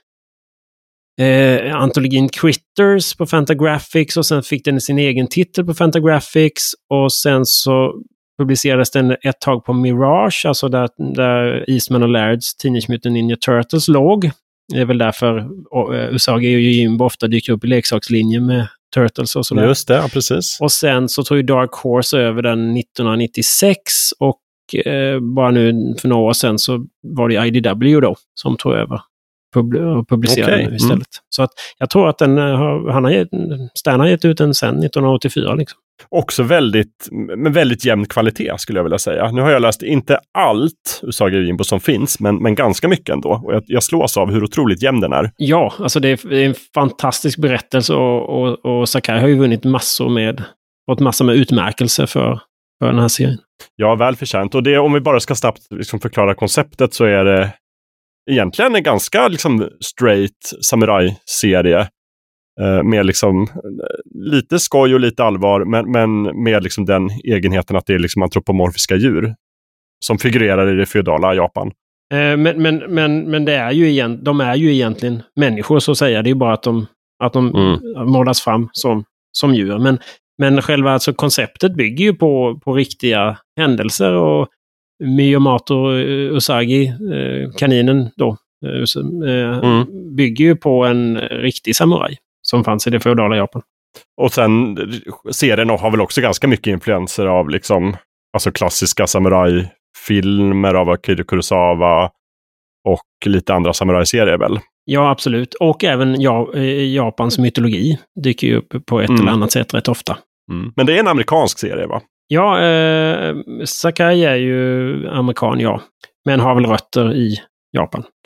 B: Eh, antologin Critters på Fantagraphics och sen fick den sin egen titel på Fantagraphics och sen så publicerades den ett tag på Mirage, alltså där, där Eastman och Lairds Teenage Mutant Ninja Turtles låg. Det är väl därför och, uh, Usagi och Jimbo ofta dyker upp i leksakslinjen med Turtles och sådär.
A: Just det, ja, precis.
B: Och sen så tog ju Dark Horse över den nittonhundranittiosex och eh, bara nu för några år sedan så var det I D W då som tog över. Och publicerade okay. istället. Mm. Så att jag tror att den har, han har gett, Stan har gett ut den sen nittonhundraåttiofyra. Liksom.
A: Också väldigt, med väldigt jämn kvalitet skulle jag vilja säga. Nu har jag läst inte allt Usagi och Jimbo som finns, men, men ganska mycket ändå. Och jag, jag slås av hur otroligt jämn den är. Ja,
B: alltså det är, det är en fantastisk berättelse och, och, och Sakai har ju vunnit massor med, fått massor med utmärkelser för, för den här serien.
A: Ja, väl förtjänt. Och det, om vi bara ska snabbt liksom förklara konceptet så är det egentligen en ganska liksom straight samurai-serie eh, med liksom lite skoj och lite allvar, men, men med liksom den egenheten att det är liksom antropomorfiska djur som figurerar i det feodala Japan.
B: Eh, men, men, men, men det är ju igen, de är ju egentligen människor så att säga. Det är bara att de, att de mm. målas fram som, som djur. Men, men själva alltså, konceptet bygger ju på, på riktiga händelser och Miyamoto Usagi, eh, kaninen då, eh, mm. bygger ju på en riktig samurai som fanns i det feodala Japan.
A: Och sen serien har väl också ganska mycket influenser av liksom, alltså klassiska samurai-filmer av Akira Kurosawa och lite andra samurai-serier väl?
B: Ja, absolut. Och även ja, Japans mytologi dyker ju upp på ett mm. eller annat sätt rätt ofta.
A: Mm. Men det är en amerikansk serie, va?
B: Ja, eh, Sakai är ju amerikan, ja. Men har väl rötter i Japan, tror jag.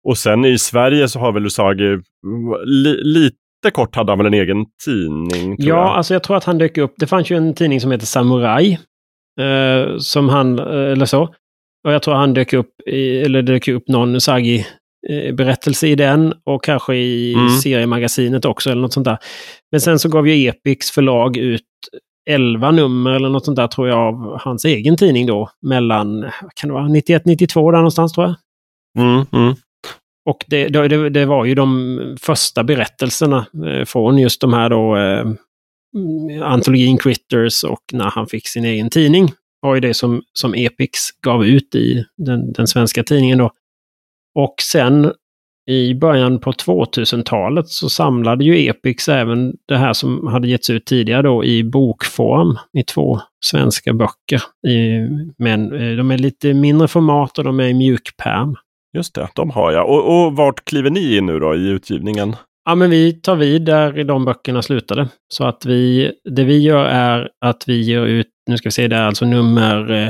A: Och sen i Sverige så har väl Usagi li, lite kort hade han väl en egen tidning, tror
B: ja,
A: jag.
B: alltså jag tror att han dök upp. Det fanns ju en tidning som heter Samurai. Eh, som han, eller så. Och jag tror han dök upp, i, eller dök upp någon Usagi-berättelse i den. Och kanske i mm. seriemagasinet också, eller något sånt där. Men sen så gav ju Epix förlag ut elva nummer eller något sånt där, tror jag, av hans egen tidning då. Mellan, kan det vara, nittioett nittiotvå där någonstans, tror jag.
A: Mm, mm.
B: Och det, det, det var ju de första berättelserna eh, från just de här då eh, antologin Critters, och när han fick sin egen tidning var ju det som, som Epix gav ut i den, den svenska tidningen då. Och sen i början på tvåtusentalet så samlade ju Epix även det här som hade getts ut tidigare då i bokform i två svenska böcker. I, men de är lite mindre format och de är i mjukpärm.
A: Just det, de har jag. Och, och vart kliver ni in nu då i utgivningen?
B: Ja, men vi tar vid där de böckerna slutade. Så att vi, det vi gör är att vi ger ut, nu ska vi se, det är alltså nummer eh,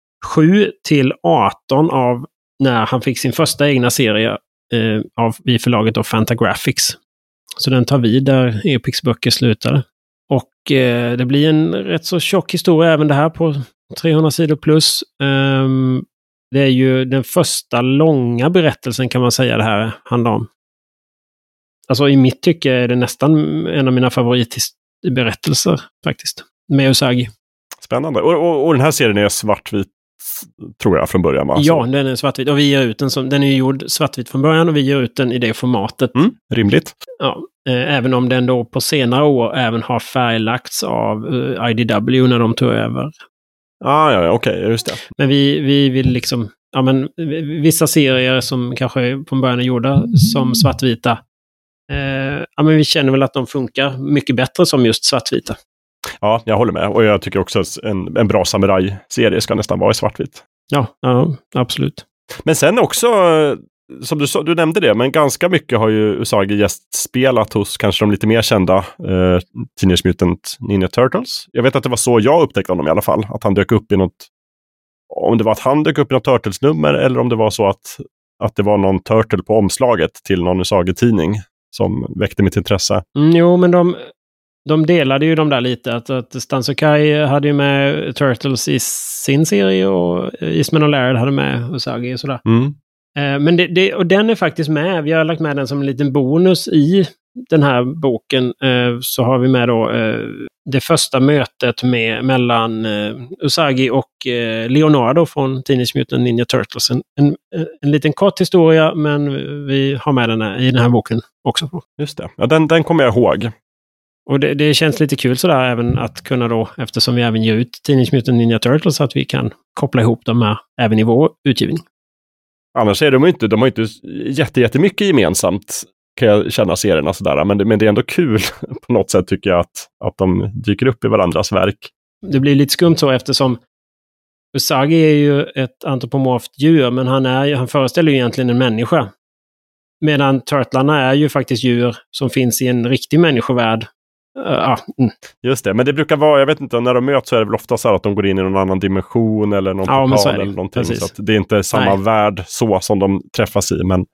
B: sju till arton av när han fick sin första egna serie eh, av vid förlaget av Fantagraphics. Så den tar vid där Epix böcker slutade. Och eh, det blir en rätt så tjock historia även det här på trehundra sidor plus. Um, det är ju den första långa berättelsen, kan man säga, det här handlar om. Alltså i mitt tycke är det nästan en av mina favoritberättelser faktiskt. Med Usagi.
A: Spännande. Och, och, och den här serien är svartvit, tror jag, från början, va?
B: Ja, den är svartvit. Och vi ger ut den som, den är gjord svartvit från början och vi ger ut den i det formatet.
A: Mm, rimligt.
B: Ja, eh, även om den då på senare år även har färglagts av eh, I D W när de tog över.
A: Ah, ja, ja, okej, okay, just det.
B: Men vi, vi vill liksom, ja men vissa serier som kanske från början är gjorda som svartvita, eh, ja men vi känner väl att de funkar mycket bättre som just svartvita.
A: Ja, jag håller med. Och jag tycker också att en, en bra samurai-serie ska nästan vara i svartvit.
B: Ja, ja, absolut.
A: Men sen också, som du, du nämnde det, men ganska mycket har ju Usagi gästspelat hos kanske de lite mer kända eh, Teenage Mutant Ninja Turtles. Jag vet att det var så jag upptäckte honom i alla fall. Att han dök upp i något, om det var att han dök upp i något Turtles-nummer eller om det var så att, att det var någon Turtle på omslaget till någon Usagi-tidning som väckte mitt intresse.
B: Mm, jo, men de... De delade ju de där lite, att, att Stan Sakai hade ju med Turtles i sin serie och Eastman och Laird hade med Usagi och sådär.
A: Mm.
B: Eh, men det, det, och den är faktiskt med, vi har lagt med den som en liten bonus i den här boken. Eh, så har vi med då eh, det första mötet med, mellan eh, Usagi och eh, Leonardo från Teenage Mutant Ninja Turtles. En, en, en liten kort historia, men vi har med den här, i den här boken också.
A: Just det, ja, den, den kommer jag ihåg.
B: Och det, det känns lite kul sådär även att kunna då, eftersom vi även ger ut Teenage Mutant Ninja Turtles, så att vi kan koppla ihop dem här även i vår utgivning.
A: Annars är de ju inte, de har inte jätte, jättemycket gemensamt, kan jag känna serierna sådär. Men det, men det är ändå kul på något sätt, tycker jag, att, att de dyker upp i varandras verk.
B: Det blir lite skumt så, eftersom Usagi är ju ett antropomorft djur, men han, är, han föreställer ju egentligen en människa. Medan turtlarna är ju faktiskt djur som finns i en riktig människovärld. Uh, mm.
A: Just det, men det brukar vara, jag vet inte, när de möts så är det väl ofta så att de går in i någon annan dimension eller någon
B: ja,
A: portal eller någonting. Precis. Så att det är inte samma Nej. värld så som de träffas i, men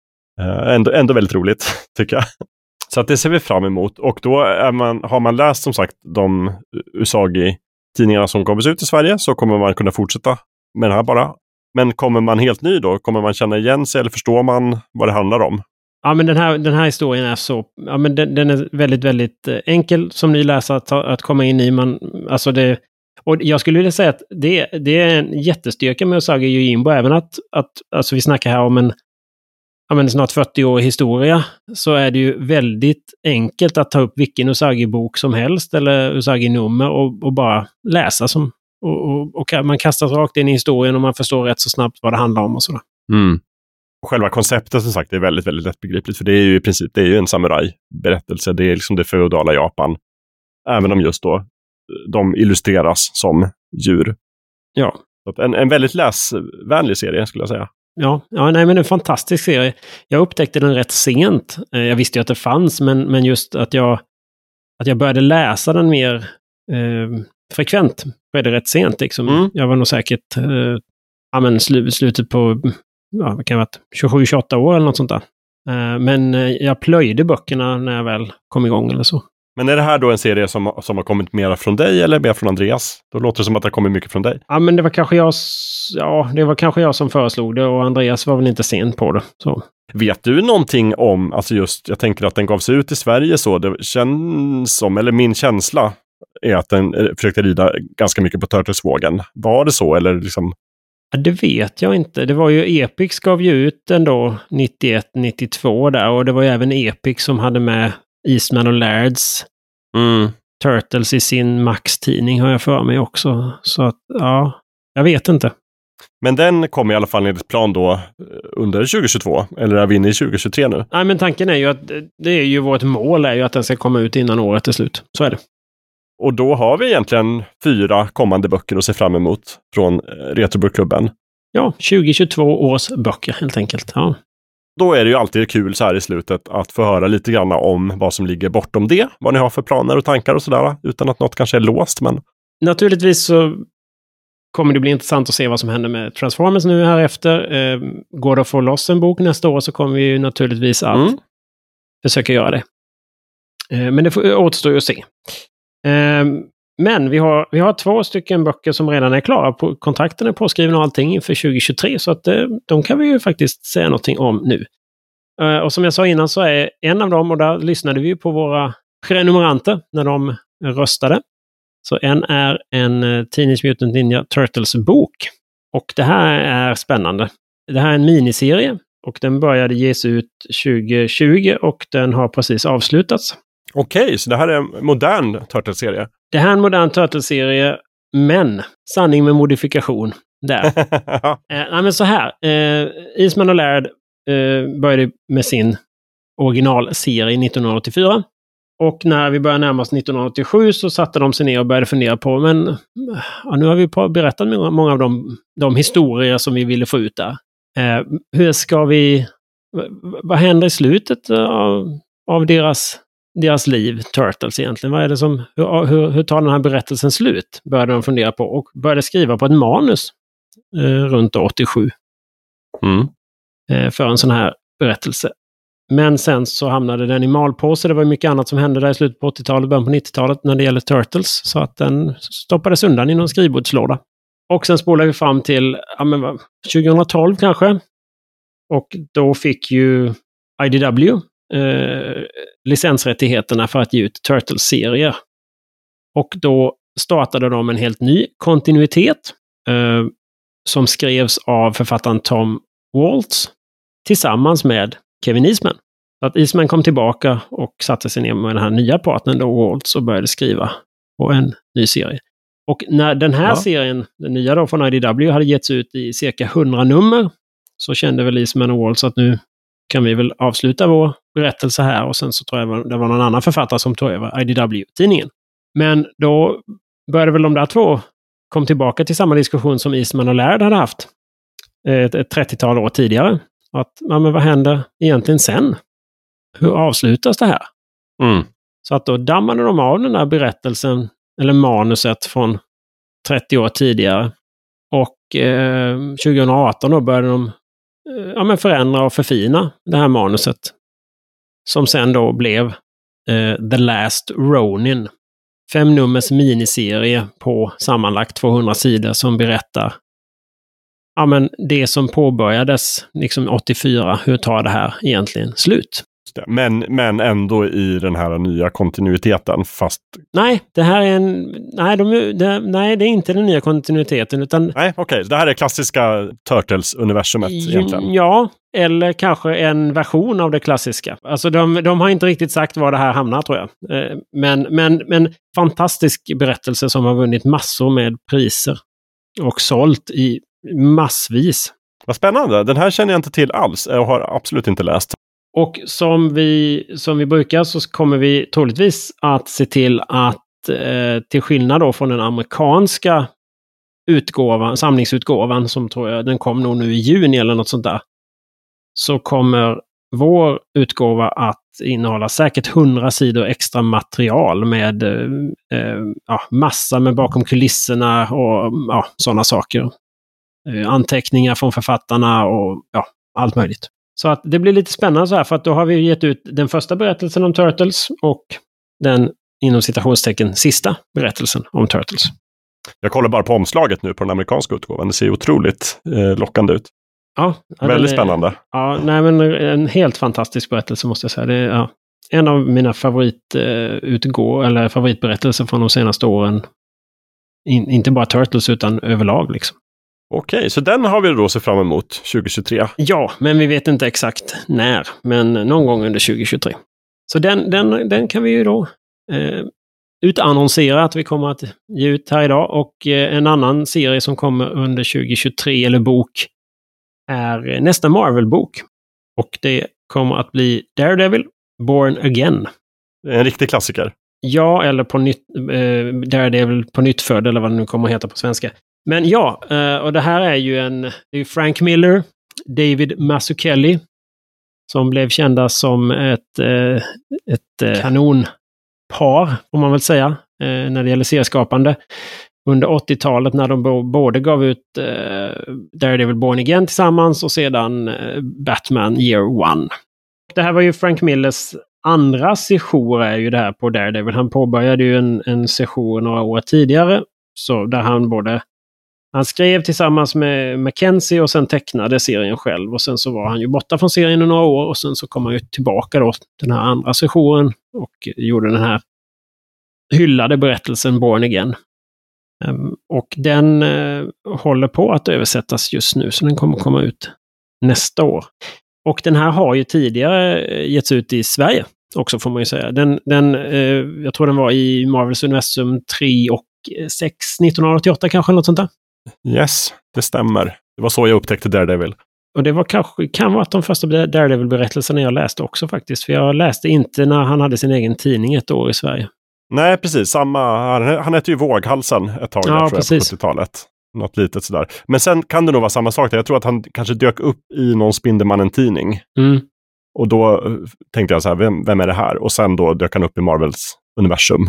A: uh, ändå, ändå väldigt roligt, tycker jag. Så att det ser vi fram emot. Och då är man, har man läst som sagt de Usagi-tidningarna som kommer ut i Sverige, så kommer man kunna fortsätta med det här bara. Men kommer man helt ny då? Kommer man känna igen sig eller förstår man vad det handlar om?
B: Ja, men den här, den här historien är så, ja, men den, den är väldigt, väldigt enkel som ny läsare att, att komma in i. Man, alltså det, och jag skulle vilja säga att det, det är en jättestyrka med Usagi Yojimbo, även att, att alltså vi snackar här om en, ja, men snart fyrtio år historia, så är det ju väldigt enkelt att ta upp vilken Usagi-bok som helst eller Usagi-nummer och, och bara läsa som, och, och, och man kastas rakt in i historien och man förstår rätt så snabbt vad det handlar om och sådär.
A: Mm. Själva konceptet som sagt är väldigt, väldigt lättbegripligt, för det är ju i princip, det är ju en samurai-berättelse. Det är liksom det feodala Japan. Även om just då de illustreras som djur.
B: Ja.
A: Så en, en väldigt läsvänlig serie, skulle jag säga.
B: Ja, ja, nej, men en fantastisk serie. Jag upptäckte den rätt sent. Jag visste ju att det fanns, men, men just att jag, att jag började läsa den mer eh, frekvent skedde rätt sent. Liksom. Mm. Jag var nog säkert eh, ja, men sl- slutet på ja, det kan ha varit tjugosju tjugoåtta år eller något sånt där. Uh, men uh, jag plöjde böckerna när jag väl kom igång eller så.
A: Men är det här då en serie som, som har kommit mer från dig eller mer från Andreas? Då låter det som att det har kommit mycket från dig.
B: Ja, men det var kanske jag, ja, det var kanske jag som föreslog det och Andreas var väl inte sen på det. Så.
A: Vet du någonting om, alltså just, jag tänker att den gavs ut i Sverige så, det känns som, eller min känsla är att den försökte rida ganska mycket på Turtles-vågen. Var det så eller liksom?
B: Ja, det vet jag inte. Det var ju Epix gav ju ut den då nittioett nittiotvå där och det var ju även Epix som hade med Eastman och Lairds
A: mm.
B: Turtles i sin Max-tidning har jag för mig också. Så att, ja, jag vet inte.
A: Men den kommer i alla fall enligt plan då under tjugohundratjugotvå, eller är vi inne i tjugohundratjugotre nu?
B: Nej, men tanken är ju att det är ju vårt mål är ju att den ska komma ut innan året är slut. Så är det.
A: Och då har vi egentligen fyra kommande böcker att se fram emot från Retroburklubben.
B: Ja, tjugohundratjugotvå års böcker helt enkelt. Ja.
A: Då är det ju alltid kul så här i slutet att få höra lite grann om vad som ligger bortom det. Vad ni har för planer och tankar och sådär. Utan att något kanske är låst, men...
B: Naturligtvis så kommer det bli intressant att se vad som händer med Transformers nu här efter. Eh, går det att få loss en bok nästa år så kommer vi ju naturligtvis att mm. försöka göra det. Eh, men det får, återstår ju att se. Eh, men vi har, vi har två stycken böcker som redan är klara. På, kontrakten är påskrivna och allting för tjugohundratjugotre så att eh, de kan vi ju faktiskt säga någonting om nu. Eh, och som jag sa innan så är en av dem, och där lyssnade vi på våra prenumeranter när de röstade. Så en är en uh, Teenage Mutant Ninja Turtles-bok. Och det här är spännande. Det här är en miniserie och den började ges ut tjugohundratjugo och den har precis avslutats.
A: Okej, okay, så det här är en modern Turtles-serie?
B: Det här är en modern Turtles-serie, men sanning med modifikation där. eh, nej, men så här. Eh, Eastman och Laird eh, började med sin originalserie nittonhundraåttiofyra. Och när vi började närma oss nittonhundraåttiosju så satte de sig ner och började fundera på, men ja, nu har vi berättat många av de, de historier som vi ville få ut där. Eh, hur ska vi, vad händer i slutet av, av deras, deras liv, Turtles egentligen? Vad är det som, hur, hur, hur tar den här berättelsen slut? Började de fundera på och började skriva på ett manus eh, runt åttiosju.
A: Mm.
B: Eh, för en sån här berättelse. Men sen så hamnade den i malpåse. Det var mycket annat som hände där i slutet på åttiotalet, början på nittiotalet när det gäller Turtles. Så att den stoppades undan i någon skrivbordslåda. Och sen spolade vi fram till ja, men, tjugotolv kanske. Och då fick ju I D W eh, licensrättigheterna för att ge ut Turtles-serier. Och då startade de en helt ny kontinuitet eh, som skrevs av författaren Tom Waltz tillsammans med Kevin Eastman. Så att Eastman kom tillbaka och satte sig ner med den här nya partnern då Waltz och började skriva på en ny serie. Och när den här ja. serien, den nya då från I D W, hade getts ut i cirka hundra nummer så kände väl Eastman och Waltz att nu kan vi väl avsluta vår berättelse här och sen så tror jag det var någon annan författare som tog över I D W-tidningen. Men då började väl de där två kom tillbaka till samma diskussion som Eastman och Laird hade haft ett, ett trettiotal år tidigare. Att, ja, men vad händer egentligen sen? Hur avslutas det här?
A: Mm.
B: Så att då dammade de av den där berättelsen, eller manuset från trettio år tidigare. Och eh, tjugoarton då började de eh, ja, men förändra och förfina det här manuset. Som sen då blev eh, The Last Ronin. Fem nummers miniserie på sammanlagt tvåhundra sidor som berättar ja, men det som påbörjades liksom åttiofyra, hur tar det här egentligen slut?
A: Men, men ändå i den här nya kontinuiteten, fast...
B: Nej, det här är en... Nej, de, det, nej det är inte den nya kontinuiteten, utan...
A: Nej, okej. Okay. Det här är klassiska Turtles-universumet egentligen.
B: Ja, eller kanske en version av det klassiska. Alltså, de, de har inte riktigt sagt var det här hamnar, tror jag. Men, men, men fantastisk berättelse som har vunnit massor med priser. Och sålt i massvis.
A: Vad spännande. Den här känner jag inte till alls. Jag har absolut inte läst.
B: Och som vi, som vi brukar så kommer vi troligtvis att se till att eh, till skillnad då från den amerikanska utgåvan, samlingsutgåvan som tror jag, den kom nog nu i juni eller något sånt där. Så kommer vår utgåva att innehålla säkert hundra sidor extra material med eh, ja, massa med bakom kulisserna och ja, sådana saker. eh, anteckningar från författarna och ja, allt möjligt. Så att det blir lite spännande så här, för att då har vi gett ut den första berättelsen om Turtles och den inom citationstecken sista berättelsen om Turtles.
A: Jag kollar bara på omslaget nu på den amerikanska utgåvan. Det ser otroligt eh, lockande ut.
B: Ja,
A: väldigt
B: är,
A: spännande.
B: Ja, nej, men en helt fantastisk berättelse måste jag säga. Det är ja, en av mina favoritutgå eller favoritberättelser från de senaste åren. In, inte bara Turtles utan överlag liksom.
A: Okej, så den har vi då se fram emot tjugohundratjugotre.
B: Ja, men vi vet inte exakt när. Men någon gång under tjugohundratjugotre. Så den, den, den kan vi ju då eh, utannonsera att vi kommer att ge ut här idag. Och eh, en annan serie som kommer under tjugohundratjugotre, eller bok, är nästa Marvel-bok. Och det kommer att bli Daredevil, Born Again.
A: En riktig klassiker.
B: Ja, eller på nytt, eh, Daredevil på nytt född, eller vad det nu kommer att heta på svenska. Men ja, eh, och det här är ju en det är Frank Miller, David Mazzucchelli, som blev kända som ett, eh, ett eh, kanonpar, får man väl säga, eh, när det gäller serieskapande. Under åttiotalet när de bo- både gav ut eh, Daredevil Born Again tillsammans och sedan eh, Batman Year One. Det här var ju Frank Millers andra session är ju det här på Daredevil. Han påbörjade ju en, en session några år tidigare. Så där han både han skrev tillsammans med Mackenzie och sen tecknade serien själv. Och sen så var han ju borta från serien i några år och sen så kom han ju tillbaka då den här andra sessionen och gjorde den här hyllade berättelsen Born Again. Um, och den uh, håller på att översättas just nu, så den kommer komma ut nästa år. Och den här har ju tidigare getts ut i Sverige också, får man ju säga. Den, den, uh, jag tror den var i Marvels Universum tre och sex nittonhundraåttioåtta kanske, något sånt där.
A: Yes, det stämmer. Det var så jag upptäckte Daredevil. Och
B: det var kanske, kan vara de första Daredevil-berättelserna jag läste också faktiskt. För jag läste inte när han hade sin egen tidning ett år i Sverige.
A: Nej, precis. Samma. Han, han hette ju Våghalsen ett tag där,
B: ja,
A: tror jag, på sjuttiotalet. Något litet sådär. Men sen kan det nog vara samma sak där. Jag tror att han kanske dök upp i någon Spindelmannen-tidning.
B: Mm.
A: Och då tänkte jag så här, vem, vem är det här? Och sen då dök han upp i Marvels universum.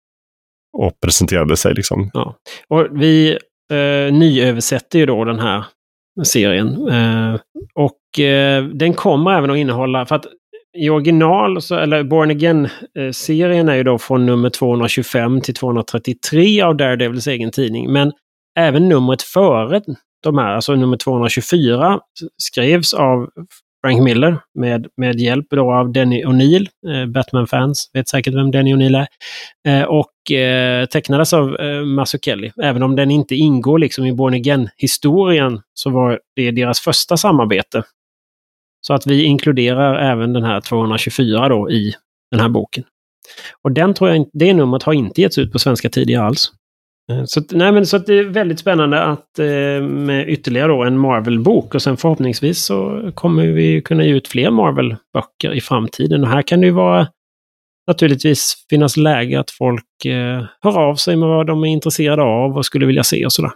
A: Och presenterade sig liksom.
B: Ja. Och vi eh, nyöversätter ju då den här serien. Eh, och eh, den kommer även att innehålla, för att i original, så, eller Born Again-serien är ju då från nummer tvåhundratjugofem till tvåhundratrettiotre av Daredevils egen tidning. Men även numret före de här, alltså nummer tvåhundratjugofyra, skrevs av Frank Miller med, med hjälp då av Denny O'Neil. Eh, Batman-fans vet säkert vem Denny O'Neil är. Eh, och eh, tecknades av eh, Mazzucchelli. Även om den inte ingår liksom i Born Again-historien, så var det deras första samarbete. Så att vi inkluderar även den här tvåhundratjugofyra då i den här boken. Och den tror jag inte, det numret har inte getts ut på svenska tidigare alls. Så, nej, men, så att det är väldigt spännande att eh, med ytterligare då en Marvel-bok, och sen förhoppningsvis så kommer vi kunna ge ut fler Marvel-böcker i framtiden. Och här kan det ju vara naturligtvis finnas läge att folk eh, hör av sig med vad de är intresserade av och skulle vilja se och sådär.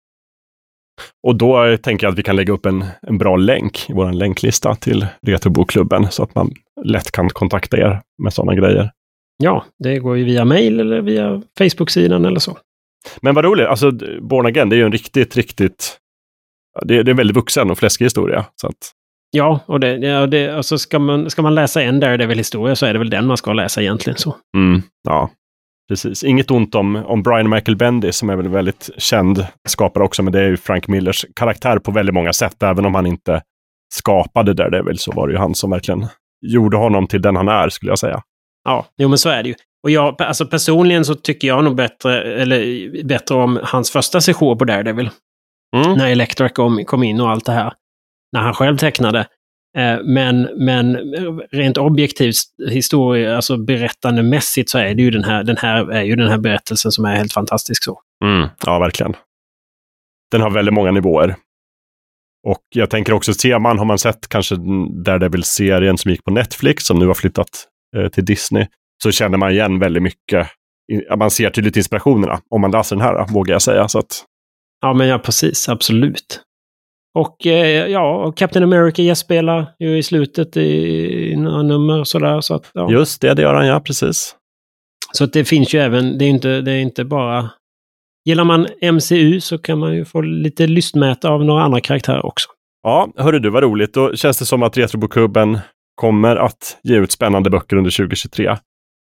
A: Och då tänker jag att vi kan lägga upp en, en bra länk i vår länklista till Retrobokklubben så att man lätt kan kontakta er med sådana grejer.
B: Ja, det går ju via mail eller via Facebook-sidan eller så.
A: Men vad roligt, alltså Born Again, det är ju en riktigt, riktigt, det är, det är en väldigt vuxen och fläskig historia. Så att...
B: Ja, och det, ja, det, alltså ska, man, ska man läsa en Daredevil-historia så är det väl den man ska läsa egentligen så.
A: Mm, ja, precis. Inget ont om, om Brian Michael Bendis som är väl väldigt känd skapare också, men det är ju Frank Millers karaktär på väldigt många sätt. Även om han inte skapade Daredevil så var det ju han som verkligen gjorde honom till den han är, skulle jag säga.
B: Ja, jo, men så är det ju. Och jag, alltså personligen så tycker jag nog bättre, eller bättre om hans första session på Daredevil. Mm. När Electra kom, kom in och allt det här. När han själv tecknade. Eh, men, men rent objektivt historia, alltså berättandemässigt så är det ju den här, den här är ju den här berättelsen som är helt fantastisk så.
A: Mm. Ja, verkligen. Den har väldigt många nivåer. Och jag tänker också, ser man, har man sett kanske Daredevil-serien som gick på Netflix, som nu har flyttat eh, till Disney, så känner man igen väldigt mycket. Man ser tydligt inspirationerna om man läser den här, vågar jag säga. Så att...
B: Ja, men ja, precis. Absolut. Och eh, ja, och Captain America gästspelar ju i slutet i några nummer och sådär. Så att, ja.
A: Just det, det gör han, ja, precis.
B: Så att det finns ju även, det är inte, det är inte bara Gillar man M C U så kan man ju få lite lystmäta av några andra karaktärer också.
A: Ja, hörru du, vad roligt. Då känns det som att Retrobokklubben kommer att ge ut spännande böcker under tjugo tjugotre.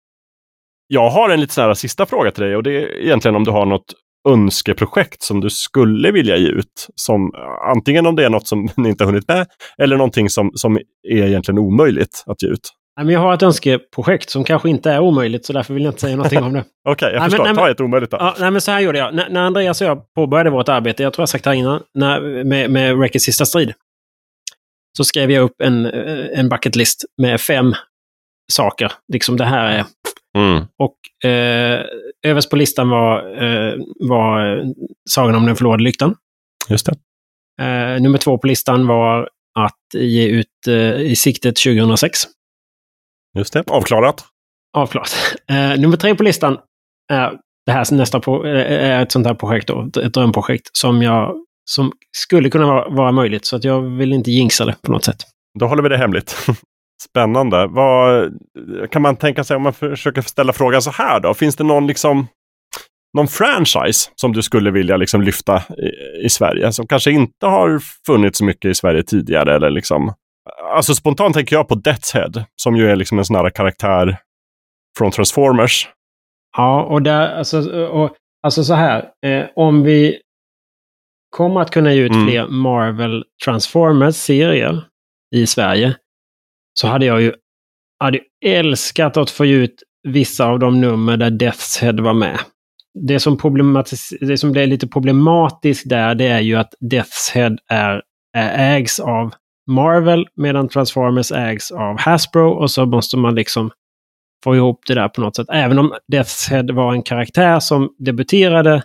A: Jag har en lite sån här sista fråga till dig, och det är egentligen om du har något önskeprojekt som du skulle vilja ge ut. Som, antingen om det är något som ni inte har hunnit med, eller någonting som, som är egentligen omöjligt att ge ut.
B: Jag har ett önskeprojekt som kanske inte är omöjligt, så därför vill jag inte säga någonting om det.
A: Okej, okay, jag nej, förstår. Men, Ta men, ett omöjligt då.
B: Ja, nej, men så här gjorde jag. N- när Andreas och jag påbörjade vårt arbete, jag tror jag sagt här innan, när, med, med Wreckers sista strid, så skrev jag upp en, en bucket list med fem saker. Liksom det här är.
A: Mm.
B: Och eh, överst på listan var, eh, var Sagan om den förlorade lyktan.
A: Just det.
B: Eh, nummer två på listan var att ge ut eh, i siktet tjugohundrasex.
A: Just det, avklarat.
B: Avklarat. Eh, nummer tre på listan är det här nästa på, är ett sånt här projekt då, ett drömprojekt som jag som skulle kunna vara, vara möjligt, så att jag vill inte jinxa det på något sätt.
A: Då håller vi det hemligt. Spännande. Vad kan man tänka sig om man försöker ställa frågan så här då? Finns det någon liksom någon franchise som du skulle vilja liksom lyfta i, i Sverige som kanske inte har funnits så mycket i Sverige tidigare, eller liksom, alltså spontant tänker jag på Death's Head som ju är liksom en sån här karaktär från Transformers.
B: Ja, och där alltså, och, alltså så här, eh, om vi kommer att kunna ge ut mm. fler Marvel Transformers-serier i Sverige, så hade jag ju hade älskat att få ut vissa av de nummer där Death's Head var med. Det som, problematis- det som blir lite problematiskt där, det är ju att Death's Head är, är ägs av Marvel, medan Transformers ägs av Hasbro, och så måste man liksom få ihop det där på något sätt. Även om Death's Head var en karaktär som debuterade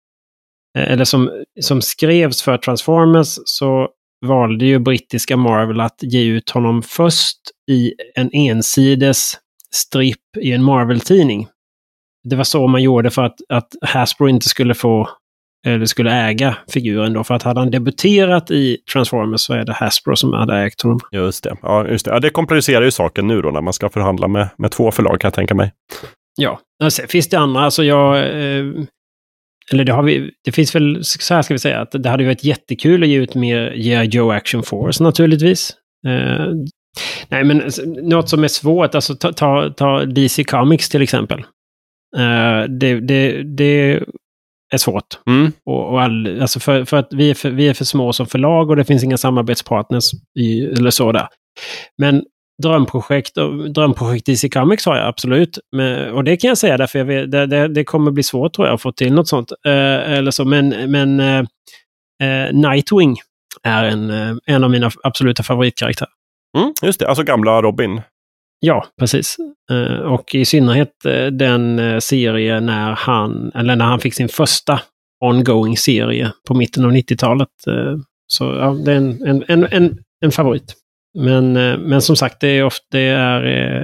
B: eller som, som skrevs för Transformers, så valde ju brittiska Marvel att ge ut honom först i en ensides strip i en Marvel-tidning. Det var så man gjorde för att, att Hasbro inte skulle få eller skulle äga figuren då. För att hade han debuterat i Transformers så är det Hasbro som hade ägt honom.
A: Just det. Ja, just det. Ja, det komplicerar ju saken nu då när man ska förhandla med, med två förlag, kan jag tänka mig.
B: Ja, alltså, finns det andra, alltså jag eh, eller det har vi, det finns väl, så här ska vi säga, att det hade varit jättekul att ge ut mer G I. Joe Action Force naturligtvis. Eh, nej, men något som är svårt, alltså ta, ta, ta D C Comics till exempel. Eh, det, det, det är svårt.
A: Mm.
B: Och, och all, alltså för, för att vi är för, vi är för små som förlag och det finns inga samarbetspartners i, eller så där. Men drömprojekt och drömprojekt D C Comics har jag absolut. Men, och det kan jag säga därför jag vet, det, det, det kommer bli svårt tror jag att få till något sånt. Eh, eller så. Men, men eh, Nightwing är en, en av mina absoluta favoritkaraktärer.
A: Mm, just det, alltså gamla Robin.
B: Ja, precis. Eh, och i synnerhet eh, den eh, serie när han, eller när han fick sin första ongoing serie på mitten av nittiotalet. Eh, så ja, det är en, en, en, en, en favorit. Men, men som sagt, det är, ofta, det, är,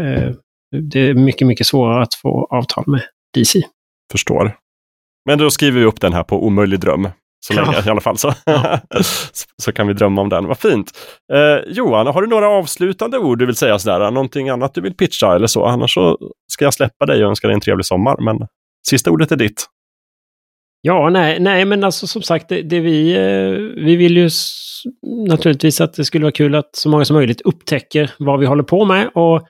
B: det är mycket, mycket svårare att få avtal med D C.
A: Förstår. Men då skriver vi upp den här på omöjlig dröm. Så länge ja. I alla fall. Så. Ja. Så kan vi drömma om den. Vad fint. Eh, Johan, har du några avslutande ord du vill säga sådär? Någonting annat du vill pitcha eller så? Annars så ska jag släppa dig och önska dig en trevlig sommar. Men sista ordet är ditt.
B: Ja, nej, nej men alltså som sagt, det, det vi, vi vill ju s- naturligtvis att det skulle vara kul att så många som möjligt upptäcker vad vi håller på med. Och,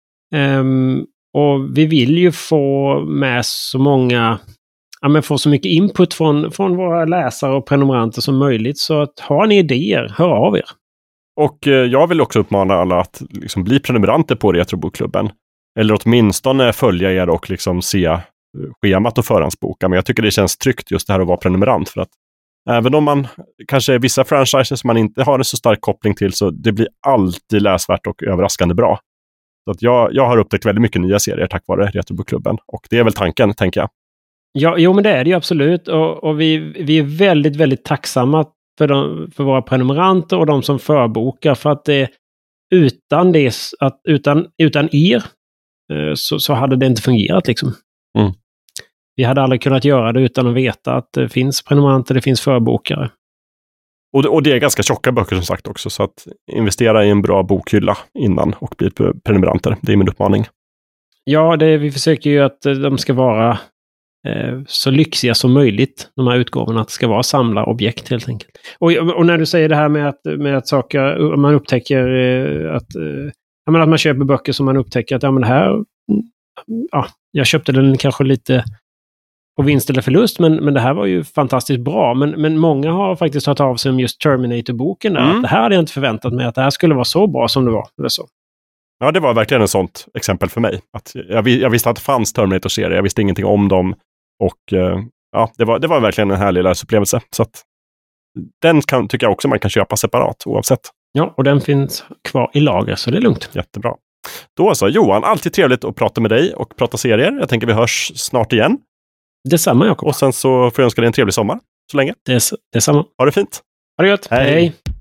B: um, och vi vill ju få med så många, ja, men få så mycket input från, från våra läsare och prenumeranter som möjligt. Så att har ni idéer, hör av er. Och
A: eh, jag vill också uppmana alla att liksom bli prenumeranter på Retrobokklubben. Eller åtminstone följa er och liksom se schemat och förhandsboka. Men jag tycker det känns tryggt just det här att vara prenumerant, för att även om man kanske är vissa franchises som man inte har en så stark koppling till, så det blir alltid läsvärt och överraskande bra. Så att jag, jag har upptäckt väldigt mycket nya serier tack vare Retrobokklubben, och det är väl tanken, tänker jag.
B: Ja, jo, men det är det ju absolut, och, och vi, vi är väldigt, väldigt tacksamma för, de, för våra prenumeranter och de som förbokar, för att det utan det, att utan, utan er så, så hade det inte fungerat liksom.
A: Mm.
B: Vi hade aldrig kunnat göra det utan att veta att det finns prenumeranter, det finns förbokare.
A: Och det, och det är ganska tjocka böcker som sagt också, så att investera i en bra bokhylla innan och bli prenumeranter. Det är min uppmaning.
B: Ja, det, vi försöker ju att de ska vara eh, så lyxiga som möjligt, de här utgåvorna, att det ska vara samlarobjekt helt enkelt. Och, och när du säger det här med att, med att saker, man upptäcker eh, att, eh, jag menar att man köper böcker som man upptäcker att ja, men det här, ja, jag köpte den kanske lite på vinst eller förlust, men, men det här var ju fantastiskt bra. Men, men många har faktiskt tagit av sig om just Terminator-boken där.
A: Mm.
B: Att det här hade jag inte förväntat mig, att det här skulle vara så bra som det var. Eller så.
A: Ja, det var verkligen ett sånt exempel för mig. Att jag, jag visste att det fanns Terminator-serier, jag visste ingenting om dem. Och eh, ja, det var, det var verkligen en härlig läsupplevelse. Så att den kan, tycker jag också man kan köpa separat oavsett.
B: Ja, och den finns kvar i lager, så det är lugnt.
A: Jättebra. Då så, Johan, alltid trevligt att prata med dig och prata serier. Jag tänker vi hörs snart igen.
B: Detsamma, Jakob.
A: Och sen så får jag önska dig en trevlig sommar så länge.
B: Des, detsamma.
A: Ha det fint.
B: Ha det gött.
A: Hej.
B: Hej.